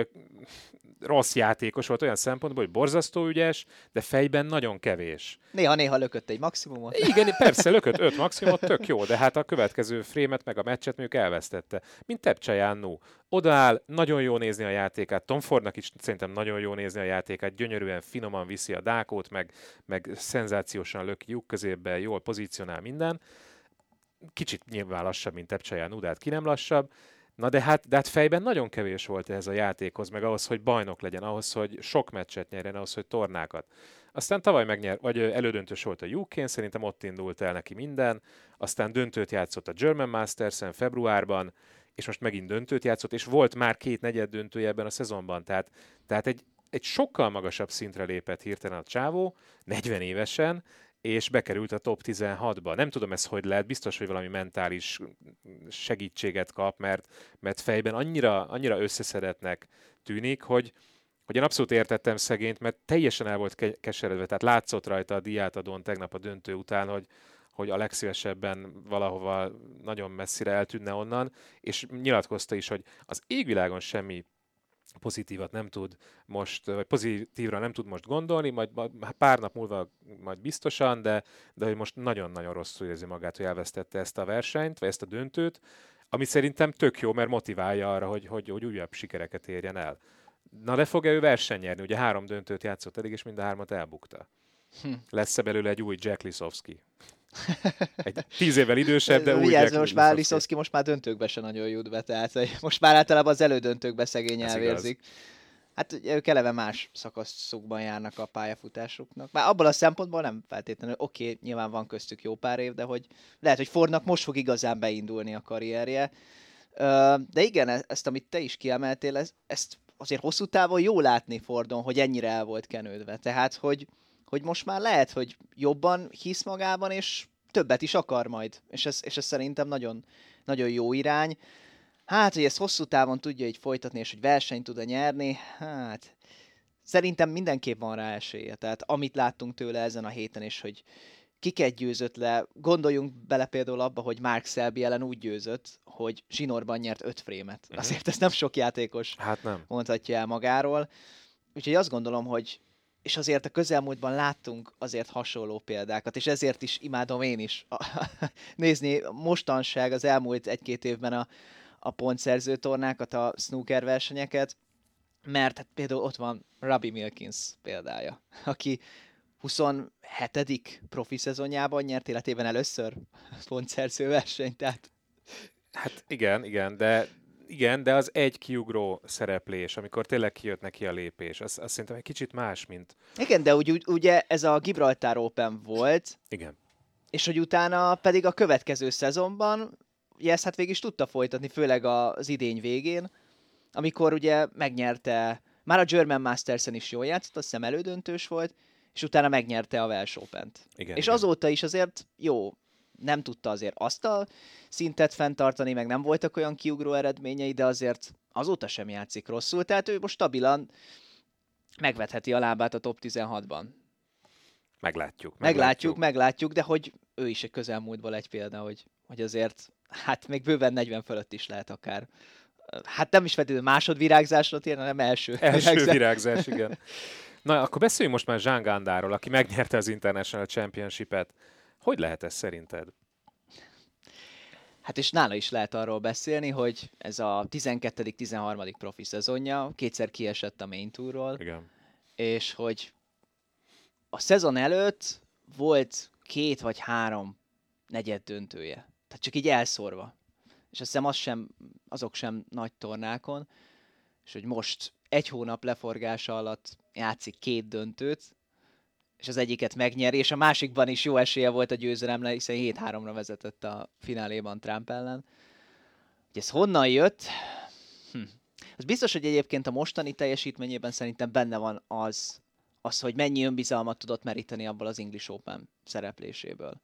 rossz játékos volt olyan szempontból, hogy borzasztó ügyes, de fejben nagyon kevés. Néha-néha lökött egy maximumot. Igen, persze lökött öt maximumot, tök jó, de hát a következő frémet meg a meccset mondjuk elvesztette. Mint Tepcsajánó. Odaáll, nagyon jó nézni a játékát, Tom Fordnak is szerintem nagyon jó nézni a játékát, gyönyörűen, finoman viszi a dákót, meg, meg szenzációsan löki lyuk középbe, jól pozícionál minden. Kicsit nyilván lassabb, mint Tepcsajánó, de hát ki nem lassabb. Na de hát, de hát fejben nagyon kevés volt ez a játékhoz, meg ahhoz, hogy bajnok legyen, ahhoz, hogy sok meccset nyerjen, ahhoz, hogy tornákat. Aztán tavaly megnyer, vagy elődöntős volt a U K-n, szerintem ott indult el neki minden, aztán döntőt játszott a German Masters-en februárban, és most megint döntőt játszott, és volt már két negyed döntője ebben a szezonban, tehát, tehát egy, egy sokkal magasabb szintre lépett hirtelen a csávó, negyven évesen, és bekerült a top tizenhatba. Nem tudom ez hogy lehet, biztos, hogy valami mentális segítséget kap, mert, mert fejben annyira, annyira összeszedetnek tűnik, hogy, hogy én abszolút értettem szegényt, mert teljesen el volt keseredve, tehát látszott rajta a díjátadón tegnap a döntő után, hogy, hogy a legszívesebben valahova nagyon messzire eltűnne onnan, és nyilatkozta is, hogy az égvilágon semmi pozitívat nem tud most, vagy pozitívra nem tud most gondolni, majd pár nap múlva majd biztosan, de, de hogy most nagyon-nagyon rosszul érzi magát, hogy elvesztette ezt a versenyt, vagy ezt a döntőt, ami szerintem tök jó, mert motiválja arra, hogy, hogy, hogy újabb sikereket érjen el. Na de fog-e ő versenyerni? Ugye három döntőt játszott eddig, és mind a hármat elbukta. Hm. Lesz-e belőle egy új Jack Lisowski? Egy tíz évvel idősebb, de úgy Jack most már Lisowski most már döntőkbe se nagyon jut be, tehát most már általában az elődöntőkbe szegény ez elvérzik. Igaz. Hát ugye ők eleve más szakaszokban járnak a pályafutásuknak. Már abból a szempontból nem feltétlenül, oké, okay, nyilván van köztük jó pár év, de hogy lehet, hogy Fordnak most fog igazán beindulni a karrierje. De igen, e- ezt, amit te is kiemeltél, ez, ezt azért hosszú távon jó látni Fordon, hogy ennyire el volt kenődve. Tehát, hogy, hogy most már lehet, hogy jobban hisz magában, és többet is akar majd. És ez, és ez szerintem nagyon, nagyon jó irány. Hát, hogy ezt hosszú távon tudja így folytatni, és hogy versenyt tud-e nyerni, hát szerintem mindenképp van rá esélye. Tehát amit láttunk tőle ezen a héten, és hogy kiket győzött le, gondoljunk bele például abba, hogy Mark Selby ellen úgy győzött, hogy zsinórban nyert öt frémet. Mhm. Azért ez nem sok játékos Hát nem. mondhatja el magáról. Úgyhogy azt gondolom, hogy és azért a közelmúltban láttunk azért hasonló példákat, és ezért is imádom én is nézni mostanság az elmúlt egy-két évben a, a pontszerző tornákat, a snooker versenyeket, mert hát például ott van Robbie Milkins példája, aki huszonhetedik profi szezonjában nyert életében először pontszerző versenyt, tehát Hát igen, igen, de igen, de az egy kiugró szereplés, amikor tényleg kijött neki a lépés, az, az szerintem egy kicsit más, mint... igen, de úgy, úgy, ugye ez a Gibraltar Open volt, Igen. és hogy utána pedig a következő szezonban, ugye ezt hát végig is tudta folytatni, főleg az idény végén, amikor ugye megnyerte, már a German Masters-en is jól játszott, azt hiszem elődöntős volt, és utána megnyerte a Welsh Opent. Igen, És igen. azóta is azért jó, nem tudta azért azt a szintet fenntartani, meg nem voltak olyan kiugró eredményei, de azért azóta sem játszik rosszul, tehát ő most stabilan megvetheti a lábát a top tizenhatban. Meglátjuk. Meglátjuk, meglátjuk, de hogy ő is egy közelmúltból egy példa, hogy, hogy azért, hát még bőven negyven fölött is lehet akár. Hát nem is feltétlenül másodvirágzásra tér, hanem első. Első virágzás. virágzás, igen. Na, akkor beszéljünk most már Jean Gandáról, aki megnyerte az International Championship-et. Hogy lehet ez szerinted? Hát és nála is lehet arról beszélni, hogy ez a tizenkettedik tizenharmadik profi szezonja, kétszer kiesett a Main Tourról, Igen. és hogy a szezon előtt volt két vagy három negyed döntője. Tehát csak így elszórva. És azt hiszem az sem, azok sem nagy tornákon, és hogy most egy hónap leforgása alatt játszik két döntőt, és az egyiket megnyeri, és a másikban is jó esélye volt a győzelemre, hiszen hét háromra vezetett a fináléban Trump ellen. Hogy ez honnan jött? Hm. Az biztos, hogy egyébként a mostani teljesítményében szerintem benne van az, az, hogy mennyi önbizalmat tudott meríteni abból az English Open szerepléséből.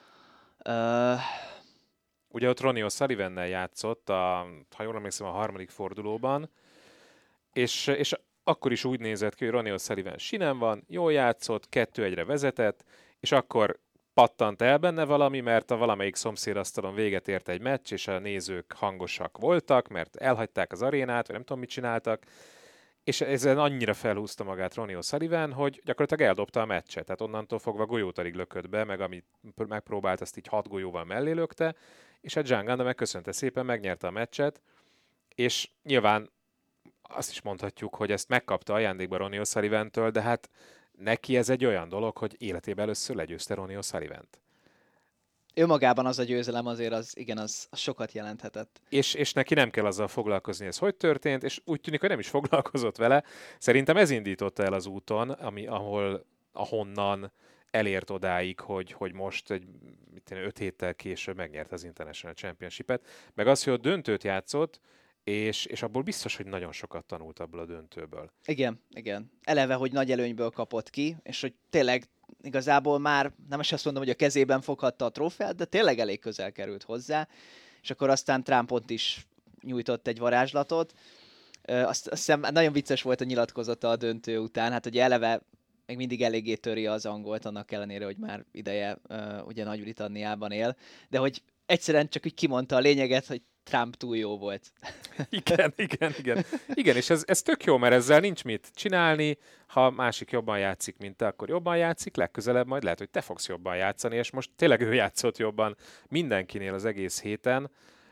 Uh, Ugye ott Ronnie O'Sullivannel játszott, a, ha jól emlékszem, a harmadik fordulóban, és, és akkor is úgy nézett ki, hogy Ronnie O'Sullivan sinem van, jól játszott, kettő egyre vezetett, és akkor pattant el benne valami, mert a valamelyik szomszédasztalon véget ért egy meccs, és a nézők hangosak voltak, mert elhagyták az arénát, vagy nem tudom, mit csináltak, és ezen annyira felhúzta magát Ronnie O'Sullivan, hogy gyakorlatilag eldobta a meccset, tehát onnantól fogva golyótarig lökött be, meg amit megpróbált, azt így hat golyóval mellé lökte, és a Jean Ganda megköszönte szépen, megnyerte a meccset, és nyilván azt is mondhatjuk, hogy ezt megkapta ajándékba Ronnie O'Sullivantől, de hát neki ez egy olyan dolog, hogy életében először legyőzte Ronnie O'Sullivant. Önmagában az a győzelem azért az, igen, az, az sokat jelenthetett. És, és neki nem kell azzal foglalkozni, ez hogy történt, és úgy tűnik, hogy nem is foglalkozott vele. Szerintem ez indította el az úton, ami, ahol, ahonnan elért odáig, hogy, hogy most egy mit tenni, öt héttel később megnyerte az International Championship-et. Meg az, hogy ott döntőt játszott, és, és abból biztos, hogy nagyon sokat tanult abból a döntőből. Igen, igen. Eleve, hogy nagy előnyből kapott ki, és hogy tényleg igazából már nem is azt mondom, hogy a kezében foghatta a trófeát, de tényleg elég közel került hozzá, és akkor aztán Trumpot is nyújtott egy varázslatot. Azt, azt hiszem, nagyon vicces volt a nyilatkozata a döntő után, hát ugye eleve még mindig eléggé töri az angolt, annak ellenére, hogy már ideje uh, ugye Nagy-Britanniában él, de hogy egyszerűen csak úgy kimondta a lényeget, hogy Trump túl jó volt. Igen, igen, igen. Igen, és ez, ez tök jó, mert ezzel nincs mit csinálni. Ha másik jobban játszik, mint te, akkor jobban játszik. Legközelebb majd lehet, hogy te fogsz jobban játszani, és most tényleg ő játszott jobban mindenkinél az egész héten.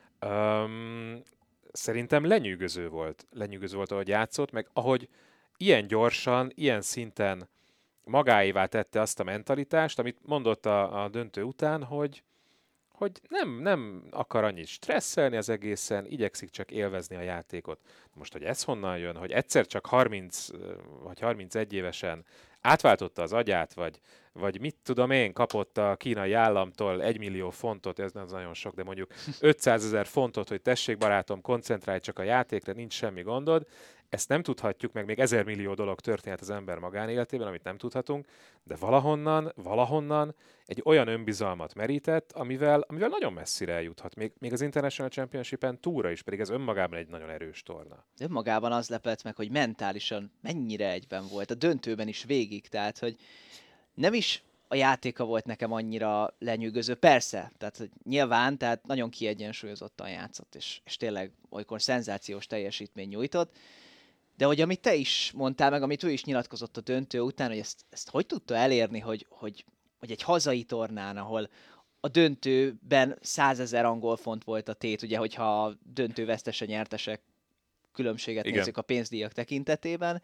Um, szerintem lenyűgöző volt. Lenyűgöző volt, ahogy játszott, meg ahogy ilyen gyorsan, ilyen szinten magáévá tette azt a mentalitást, amit mondott a, a döntő után, hogy hogy nem, nem akar annyit stresszelni az egészen, igyekszik csak élvezni a játékot. Most, hogy ez honnan jön, hogy egyszer csak harminc vagy harmincegy évesen átváltotta az agyát, vagy, vagy mit tudom én, kapott a kínai államtól egy millió fontot, ez nem nagyon sok, de mondjuk ötszázezer fontot, hogy tessék barátom, koncentrálj csak a játékra, nincs semmi gondod. Ezt nem tudhatjuk, meg még ezer millió dolog történhet az ember magánéletében, amit nem tudhatunk, de valahonnan, valahonnan egy olyan önbizalmat merített, amivel, amivel nagyon messzire eljuthat. Még, még az International Championship-en túlra is, pedig ez önmagában egy nagyon erős torna. Önmagában az lepett meg, hogy mentálisan mennyire egyben volt, a döntőben is végig, tehát hogy nem is a játéka volt nekem annyira lenyűgöző. Persze, tehát hogy nyilván, tehát nagyon kiegyensúlyozottan játszott, és, és tényleg olykor szenzációs teljesítmény nyújtott, de hogy amit te is mondtál meg, amit ő is nyilatkozott a döntő után, hogy ezt, ezt hogy tudta elérni, hogy, hogy, hogy egy hazai tornán, ahol a döntőben százezer angol font volt a tét, ugye, hogyha a döntő vesztese nyertesek különbséget Igen. nézzük a pénzdíjak tekintetében,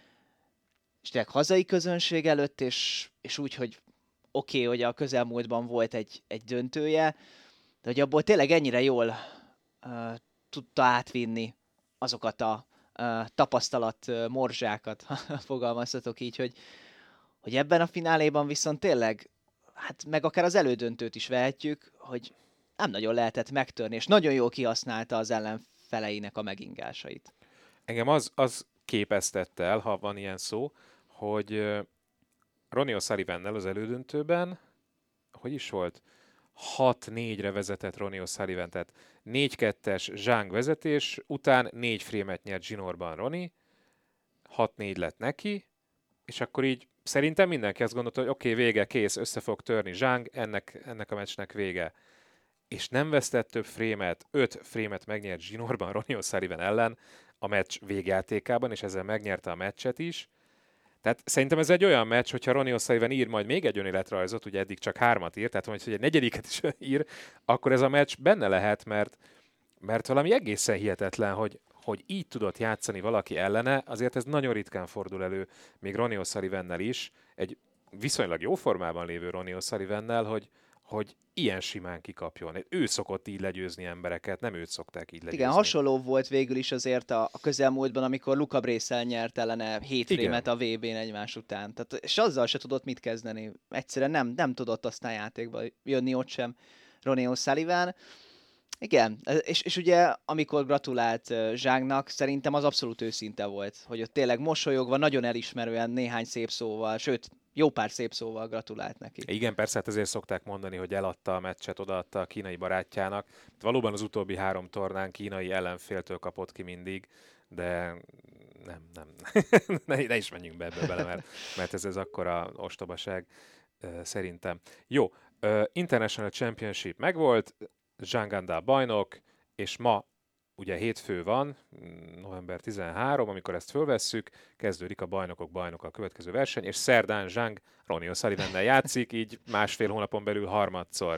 és tényleg hazai közönség előtt, és, és úgy, hogy oké, okay, hogy a közelmúltban volt egy, egy döntője, de hogy abból tényleg ennyire jól uh, tudta átvinni azokat a uh, tapasztalat uh, morzsákat, ha fogalmazhatok így, hogy, hogy ebben a fináléban viszont tényleg, hát meg akár az elődöntőt is vehetjük, hogy nem nagyon lehetett megtörni, és nagyon jól kihasználta az ellenfeleinek a megingásait. Engem az, az képeztette el, ha van ilyen szó, hogy uh, Ronnie O'Sullivannel az elődöntőben, hogy is volt? hat négyre vezetett Ronnie O'Sullivan, tehát négy kettes Zhang vezetés, után négy frémet nyert zsinórban Ronnie, hat négy lett neki, és akkor így szerintem mindenki azt gondolta, hogy oké, okay, vége, kész, össze fog törni Zhang, ennek, ennek a meccsnek vége. És nem vesztett több frémet, öt frémet megnyert zsinórban Ronnie O'Sullivan ellen a meccs végjátékában, és ezzel megnyerte a meccset is. Tehát szerintem ez egy olyan meccs, hogyha Ronnie O'Sullivan ír majd még egy önéletrajzot, ugye eddig csak hármat ír, tehát hogy egy negyediket is ír, akkor ez a meccs benne lehet, mert, mert valami egészen hihetetlen, hogy, hogy így tudott játszani valaki ellene, azért ez nagyon ritkán fordul elő, még Ronnie O'Sullivannel is, egy viszonylag jó formában lévő Ronnie O'Sullivannel, hogy, hogy ilyen simán kikapjon. Ő szokott így legyőzni embereket, nem őt szokták így legyőzni. Igen, hasonló volt végül is azért a, a közelmúltban, amikor Luca Brészel nyert ellene hét frémet a vé bén egymás után. Tehát, és azzal se tudott mit kezdeni. Egyszerűen nem, nem tudott aztán játékba jönni ott sem Ronnie O'Sullivan. Igen, és, és ugye amikor gratulált Zsángnak, szerintem az abszolút őszinte volt, hogy ott tényleg mosolyogva, nagyon elismerően néhány szép szóval, sőt, jó pár szép szóval gratulált neki. Igen, persze, hát ezért szokták mondani, hogy eladta a meccset, odaadta a kínai barátjának. Valóban az utóbbi három tornán kínai ellenféltől kapott ki mindig, de nem, nem, ne, ne is menjünk be ebbe bele, mert, mert ez, ez akkora ostobaság szerintem. Jó, International Championship megvolt, Zhang Anda bajnok, és ma ugye hétfő van, november tizenharmadika, amikor ezt fölvesszük, kezdődik a bajnokok bajnoka a következő verseny, és szerdán Zhang Ronnie O'Sullivannel játszik, így másfél hónapon belül harmadszor.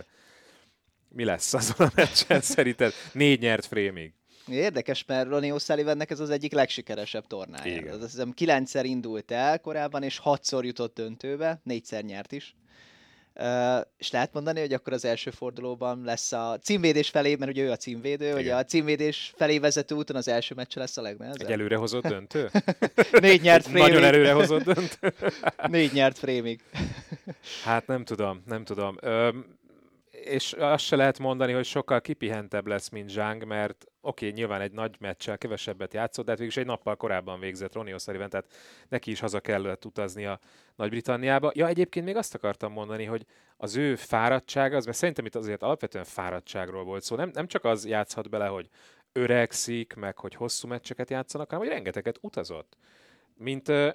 Mi lesz azon a meccsen szerinted? Négy nyert frémig. Érdekes, mert Ronnie O'Sullivannek ez az egyik legsikeresebb tornája. Az azt hiszem kilencszer indult el korábban, és hatszor jutott döntőbe, négyszer nyert is. Uh, és lehet mondani, hogy akkor az első fordulóban lesz a címvédés felé, mert ugye ő a címvédő, hogy a címvédés felé vezető úton az első meccse lesz a legnehezebb. Egy előrehozott döntő? Négy nyert frémig. Nagyon előrehozott döntő. Négy nyert frémig. Hát nem tudom, nem tudom. Öm, és azt se lehet mondani, hogy sokkal kipihentebb lesz, mint Zhang, mert oké, okay, nyilván egy nagy meccsel kevesebbet játszott, de hát végülis egy nappal korábban végzett Ronnie O'Sullivan, tehát neki is haza kellett utaznia Nagy-Britanniába. Ja, egyébként még azt akartam mondani, hogy az ő fáradtsága, az, mert szerintem itt azért alapvetően fáradtságról volt szó, nem, nem csak az játszhat bele, hogy öregszik, meg hogy hosszú meccseket játszanak, hanem hogy rengeteget utazott. Mint uh,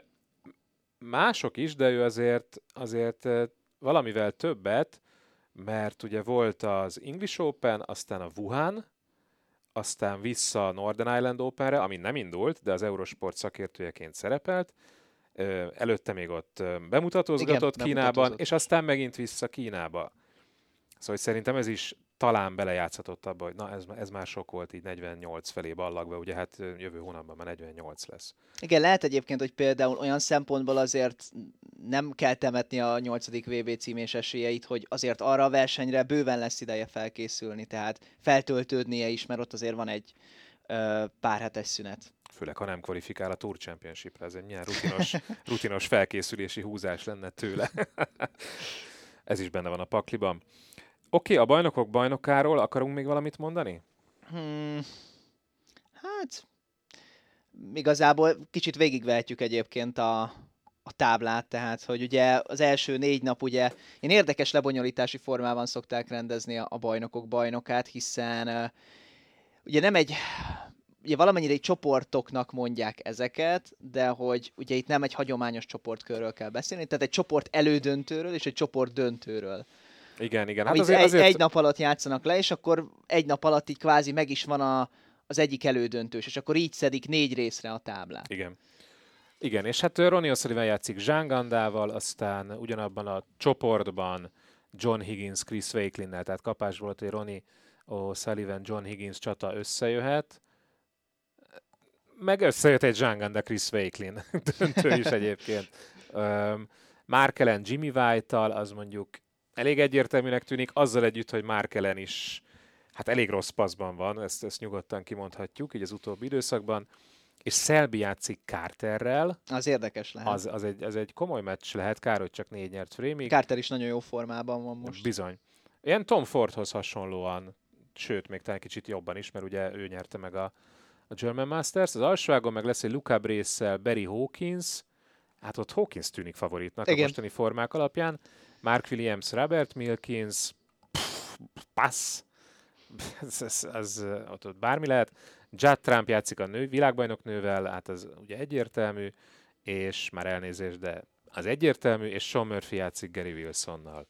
mások is, de ő azért, azért uh, valamivel többet, mert ugye volt az English Open, aztán a Wuhan, aztán vissza a Northern Ireland Openre, ami nem indult, de az Eurosport szakértőjeként szerepelt. Előtte még ott bemutatózgatott Igen, Kínában, és aztán megint vissza Kínába. Szóval szerintem ez is talán belejátszhatott abba, hogy na ez, ez már sok volt így negyvennyolc felé ballagva, ugye hát jövő hónapban már negyvennyolc lesz. Igen, lehet egyébként, hogy például olyan szempontból azért nem kell temetni a nyolcadik vé bé címés esélyeit, hogy azért arra a versenyre bőven lesz ideje felkészülni, tehát feltöltődnie is, mert ott azért van egy ö, pár hetes szünet. Főleg, ha nem kvalifikál a Tour Championshipre, ez egy milyen rutinos, rutinos felkészülési húzás lenne tőle. Ez is benne van a pakliban. Oké, okay, a bajnokok bajnokáról akarunk még valamit mondani? Hmm, hát igazából kicsit végigvehetjük egyébként a, a táblát, tehát hogy ugye az első négy nap ugye ilyen érdekes lebonyolítási formában szokták rendezni a, a bajnokok bajnokát, hiszen uh, ugye nem egy, ugye valamennyire egy csoportoknak mondják ezeket, de hogy ugye itt nem egy hagyományos csoportkörről kell beszélni, tehát egy csoport elődöntőről és egy csoport döntőről. Igen, igen. Hát Amit azért, egy, azért... egy nap alatt játszanak le, és akkor egy nap alatt így kvázi meg is van a, az egyik elődöntős, és akkor így szedik négy részre a táblát. Igen. Igen, és hát Ronnie O'Sullivan játszik Jean Gandával, aztán ugyanabban a csoportban John Higgins, Chris Wakelin-nel, tehát kapás volt, hogy Ronnie O'Sullivan, John Higgins csata összejöhet, meg összejött egy Jean Ganda, Chris Wakelin döntő is egyébként. Um, Mark Allen Jimmy White-tal, az mondjuk elég egyértelműnek tűnik, azzal együtt, hogy Mark Allen is hát elég rossz paszban van, ezt, ezt nyugodtan kimondhatjuk, így az utóbbi időszakban. És Selby játszik Carterrel. Az érdekes lehet. Az, az, egy, az egy komoly meccs lehet, kár, hogy csak négy nyert Frémig. Carter is nagyon jó formában van most. Bizony. Ilyen Tom Fordhoz hasonlóan, sőt, még talán kicsit jobban is, mert ugye ő nyerte meg a, a German Masters. Az alsóágon meg lesz egy Luca Brace-szel Barry Hawkins. Hát ott Hawkins tűnik favoritnak. Igen. A mostani formák alapján. Mark Williams, Robert Milkins. Pff, passz. Ez, ez, ez, ott, ott bármi lehet. Judd Trump játszik a nő, világbajnok nővel, hát az ugye egyértelmű, és már elnézést, de az egyértelmű, és Sean Murphy játszik Gary Wilsonnal.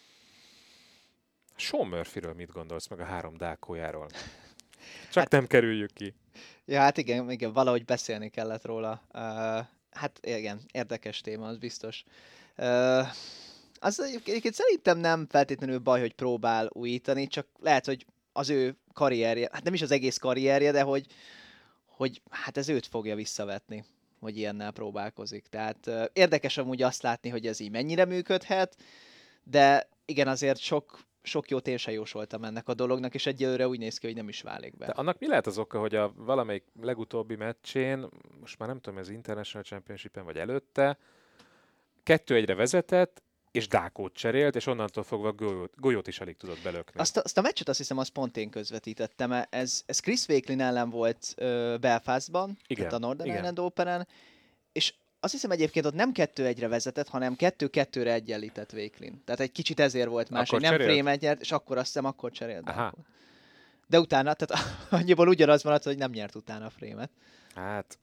Sean Murphyről mit gondolsz, meg a három dákójáról? Csak hát, nem kerüljük ki. Ja, hát igen, igen, valahogy beszélni kellett róla. Uh, hát igen, érdekes téma, az biztos. Uh, az egyébként szerintem nem feltétlenül baj, hogy próbál újítani, csak lehet, hogy az ő karrierje, hát nem is az egész karrierje, de hogy, hogy hát ez őt fogja visszavetni, hogy ilyennel próbálkozik. Tehát uh, érdekes amúgy azt látni, hogy ez így mennyire működhet, de igen, azért sok, sok jót én se jósoltam ennek a dolognak, és egyelőre úgy néz ki, hogy nem is válik be. De annak mi lehet az oka, hogy a valamelyik legutóbbi meccsén, most már nem tudom, ez International Championship-en vagy előtte, kettő egyre vezetett, és dákót cserélt, és onnantól fogva golyót, golyót is alig tudott belökni. Azt a, azt a meccset azt hiszem, azt pont én közvetítettem. Ez, ez Chris Wakelin ellen volt uh, Belfastban, igen, tehát a Northern igen. Ireland Openen, és azt hiszem egyébként ott nem kettő egyre vezetett, hanem kettő kettőre egyenlített Wakelin. Tehát egy kicsit ezért volt más, akkor hogy nem frame-et nyert, és akkor azt hiszem, akkor cserélt. De utána, tehát annyiból ugyanaz maradt, hogy nem nyert utána a frame-et. Hát...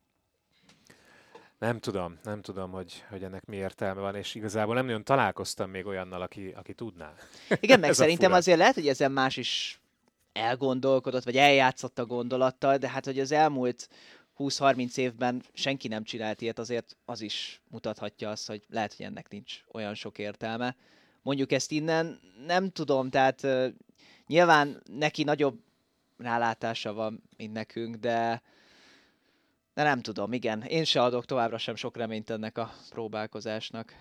Nem tudom, nem tudom, hogy, hogy ennek mi értelme van, és igazából nem nagyon találkoztam még olyannal, aki, aki tudná. Igen, meg szerintem azért lehet, hogy ezen más is elgondolkodott, vagy eljátszott a gondolattal, de hát, hogy az elmúlt húsz-harminc évben senki nem csinált ilyet, azért az is mutathatja azt, hogy lehet, hogy ennek nincs olyan sok értelme. Mondjuk ezt innen nem tudom, tehát uh, nyilván neki nagyobb rálátása van, mint nekünk, de De nem tudom, igen. Én se adok továbbra sem sok reményt ennek a próbálkozásnak.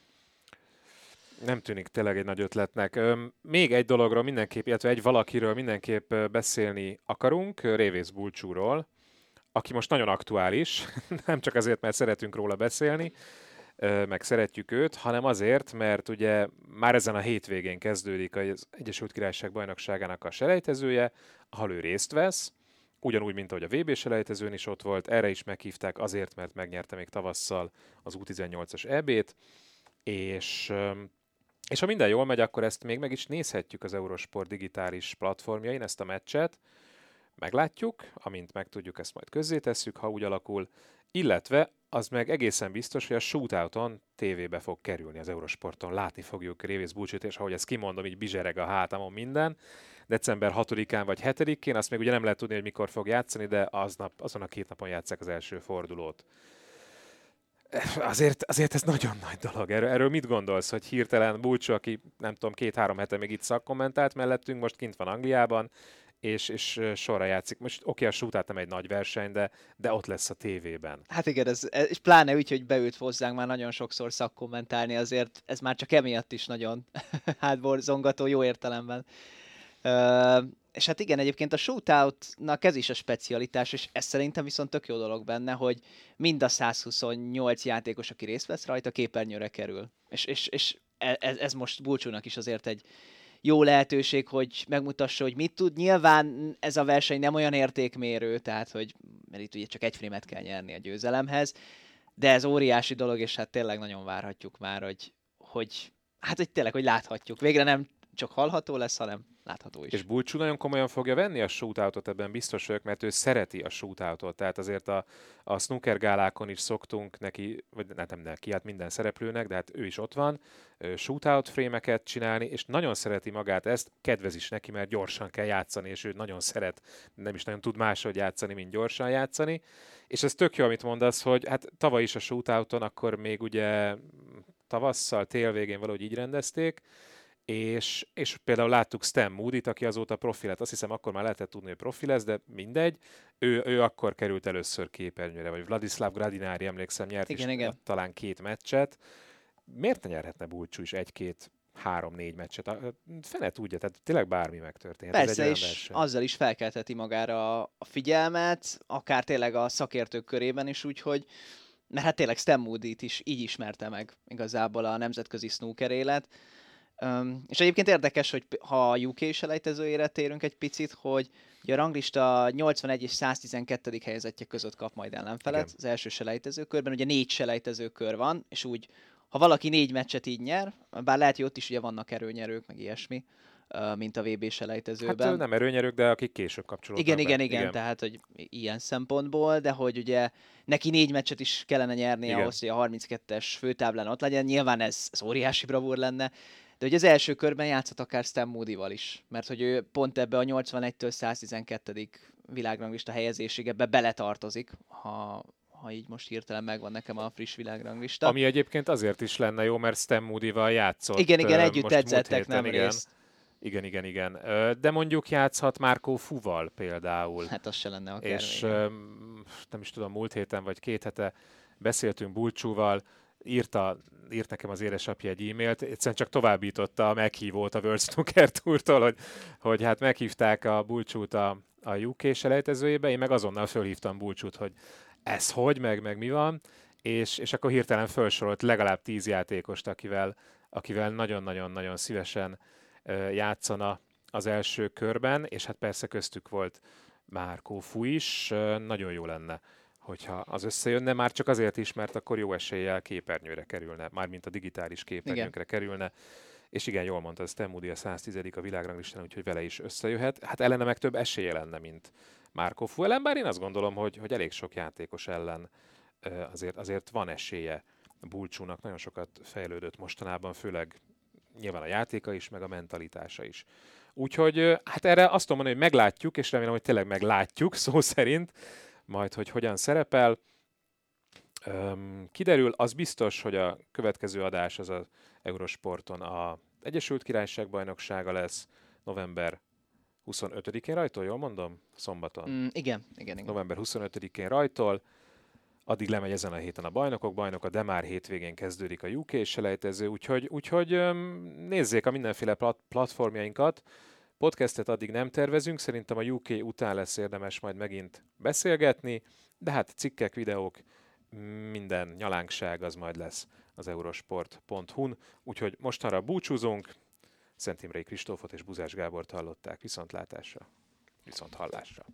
Nem tűnik tényleg egy nagy ötletnek. Még egy dologról mindenképp, illetve egy valakiről mindenképp beszélni akarunk, Révész Bulcsúról, aki most nagyon aktuális, nem csak azért, mert szeretünk róla beszélni, meg szeretjük őt, hanem azért, mert ugye már ezen a hétvégén kezdődik az Egyesült Királyság bajnokságának a selejtezője, ahol ő részt vesz, ugyanúgy, mint ahogy a vé bé-selejtezőn is ott volt, erre is meghívták azért, mert megnyerte még tavasszal az U tizennyolcas é bét, és, és ha minden jól megy, akkor ezt még meg is nézhetjük az Eurosport digitális platformjain, ezt a meccset, meglátjuk, amint megtudjuk, ezt majd közzétesszük, ha úgy alakul, illetve az meg egészen biztos, hogy a shootouton tévébe fog kerülni az Eurosporton, látni fogjuk Révész Bulcsút, és ahogy ezt kimondom, így bizsereg a hátamon minden, december hatodikán vagy hetedikén, azt még ugye nem lehet tudni, hogy mikor fog játszani, de aznap, azon a két napon játsszák az első fordulót. Azért, azért ez nagyon nagy dolog. Erről, erről mit gondolsz, hogy hirtelen Bulcsú, aki nem tudom, két-három hete még itt szakkommentált mellettünk, most kint van Angliában, és, és sorra játszik. Most oké, okay, a shootout nem egy nagy verseny, de, de ott lesz a tévében. Hát igen, ez, ez, és pláne úgy, hogy beült hozzánk már nagyon sokszor szakkommentálni, azért ez már csak emiatt is nagyon hátborzongató, jó értelemben. Uh, és hát igen, egyébként a shootoutnak ez is a specialitás, és ez szerintem viszont tök jó dolog benne, hogy mind a száz huszonnyolc játékos, aki részt vesz rajta, képernyőre kerül. És, és, és ez, ez most Bulcsúnak is azért egy jó lehetőség, hogy megmutassa, hogy mit tud. Nyilván ez a verseny nem olyan értékmérő, tehát hogy, mert itt ugye csak egy frémet kell nyerni a győzelemhez, de ez óriási dolog, és hát tényleg nagyon várhatjuk már, hogy, hogy hát hogy tényleg, hogy láthatjuk. Végre nem csak hallható lesz, hanem látható is. És Bulcsú nagyon komolyan fogja venni a shootoutot, ebben biztos vagyok, mert ő szereti a shootoutot. Tehát azért a, a snooker gálákon is szoktunk neki, vagy nem neki, hát minden szereplőnek, de hát ő is ott van, shootout frémeket csinálni, és nagyon szereti magát ezt, kedvez is neki, mert gyorsan kell játszani, és ő nagyon szeret, nem is nagyon tud máshogy játszani, mint gyorsan játszani. És ez tök jó, amit mondasz, hogy hát tavaly is a shootouton, akkor még ugye tavasszal, tél végén valahogy így rendezték, És, és például láttuk Stan Moody-t, aki azóta profi lett. Azt hiszem, akkor már lehetett tudni, hogy profi lesz, de mindegy. Ő, ő akkor került először képernyőre, vagy Vladislav Gradinári, emlékszem, nyert igen, is igen. talán két meccset. Miért ne nyerhetne Bulcsú is egy-két, három-négy meccset? Fene tudja, tehát tényleg bármi megtörténhet. Persze, ez egy és verseny. Azzal is felkelteti magára a figyelmet, akár tényleg a szakértők körében is, úgyhogy mert hát tényleg Stan Moody-t is így ismerte meg igazából a nemzetközi snooker élet. Um, és egyébként érdekes, hogy ha a U K selejtezőjére térünk egy picit, hogy ugye a ranglista nyolcvanegy és száztizenkettedik helyezettje között kap majd ellenfelet. Igen. Az első selejtezőkörben, ugye négy selejtezőkör van, és úgy, ha valaki négy meccset így nyer, bár lehet, hogy ott is ugye vannak erőnyerők, meg ilyesmi, mint a vé bé selejtezőben. Hát nem erőnyerők, de akik később kapcsolódnak igen, be. igen, igen, igen, tehát hogy ilyen szempontból, de hogy ugye neki négy meccset is kellene nyerni igen. ahhoz, hogy a harminckettes főtáblán ott legyen. Nyilván ez, ez óriási bravúr lenne, de hogy az első körben játszhat akár Stan Moody-val is, mert hogy ő pont ebbe a nyolcvanegytől száztizenkettedik világranglista helyezésig ebbe beletartozik, ha, ha így most hirtelen megvan nekem a friss világranglista. Ami egyébként azért is lenne jó, mert Stan Moody-val játszott. Igen, igen, együtt edzettek nem igen. részt. Igen, igen, igen. De mondjuk játszhat Marco Fuval például. Hát az se lenne akár. És igen. Nem is tudom, múlt héten vagy két hete beszéltünk Bulcsúval, írta, írt nekem az édesapja egy e-mailt, egyszerűen csak továbbította a meghívót a World Snooker Tourtól, hogy, hogy hát meghívták a Bulcsút a, a U K selejtezőjébe, én meg azonnal fölhívtam Bulcsút, hogy ez hogy, meg, meg mi van, és, és akkor hirtelen felsorolt legalább tíz játékost, akivel, akivel nagyon-nagyon-nagyon szívesen játszana az első körben, és hát persze köztük volt Marco Fu is, nagyon jó lenne, hogyha az összejönne, már csak azért is, mert akkor jó eséllyel képernyőre kerülne, mármint a digitális képernyőnkre igen. kerülne, és igen, jól mondta, Stan Moody a száztizedik a világranglistán, úgyhogy vele is összejöhet. Hát ellene meg több esélye lenne, mint Marco Fu ellen, bár én azt gondolom, hogy, hogy elég sok játékos ellen azért, azért van esélye. Bulcsúnak nagyon sokat fejlődött mostanában, főleg nyilván a játéka is, meg a mentalitása is. Úgyhogy hát erre azt tudom mondani, hogy meglátjuk, és remélem, hogy tényleg meglátjuk, szó szerint, majd, hogy hogyan szerepel. Üm, kiderül, az biztos, hogy a következő adás az az Eurosporton a Egyesült Királyság bajnoksága lesz, november huszonötödikén rajtól, jól mondom? Szombaton. Mm, igen, igen, igen. november huszonötödikén rajtól. Addig lemegy ezen a héten a bajnokok bajnoka, de már hétvégén kezdődik a U K selejtező, úgyhogy, úgyhogy nézzék a mindenféle plat- platformjainkat. Podcastet addig nem tervezünk, szerintem a U K után lesz érdemes majd megint beszélgetni, de hát cikkek, videók, minden nyalánkság az majd lesz az eurosport pont hu-n, úgyhogy mostanra búcsúzunk. Szent Imrei Kristófot és Buzás Gábort hallották, viszontlátásra, viszont hallásra.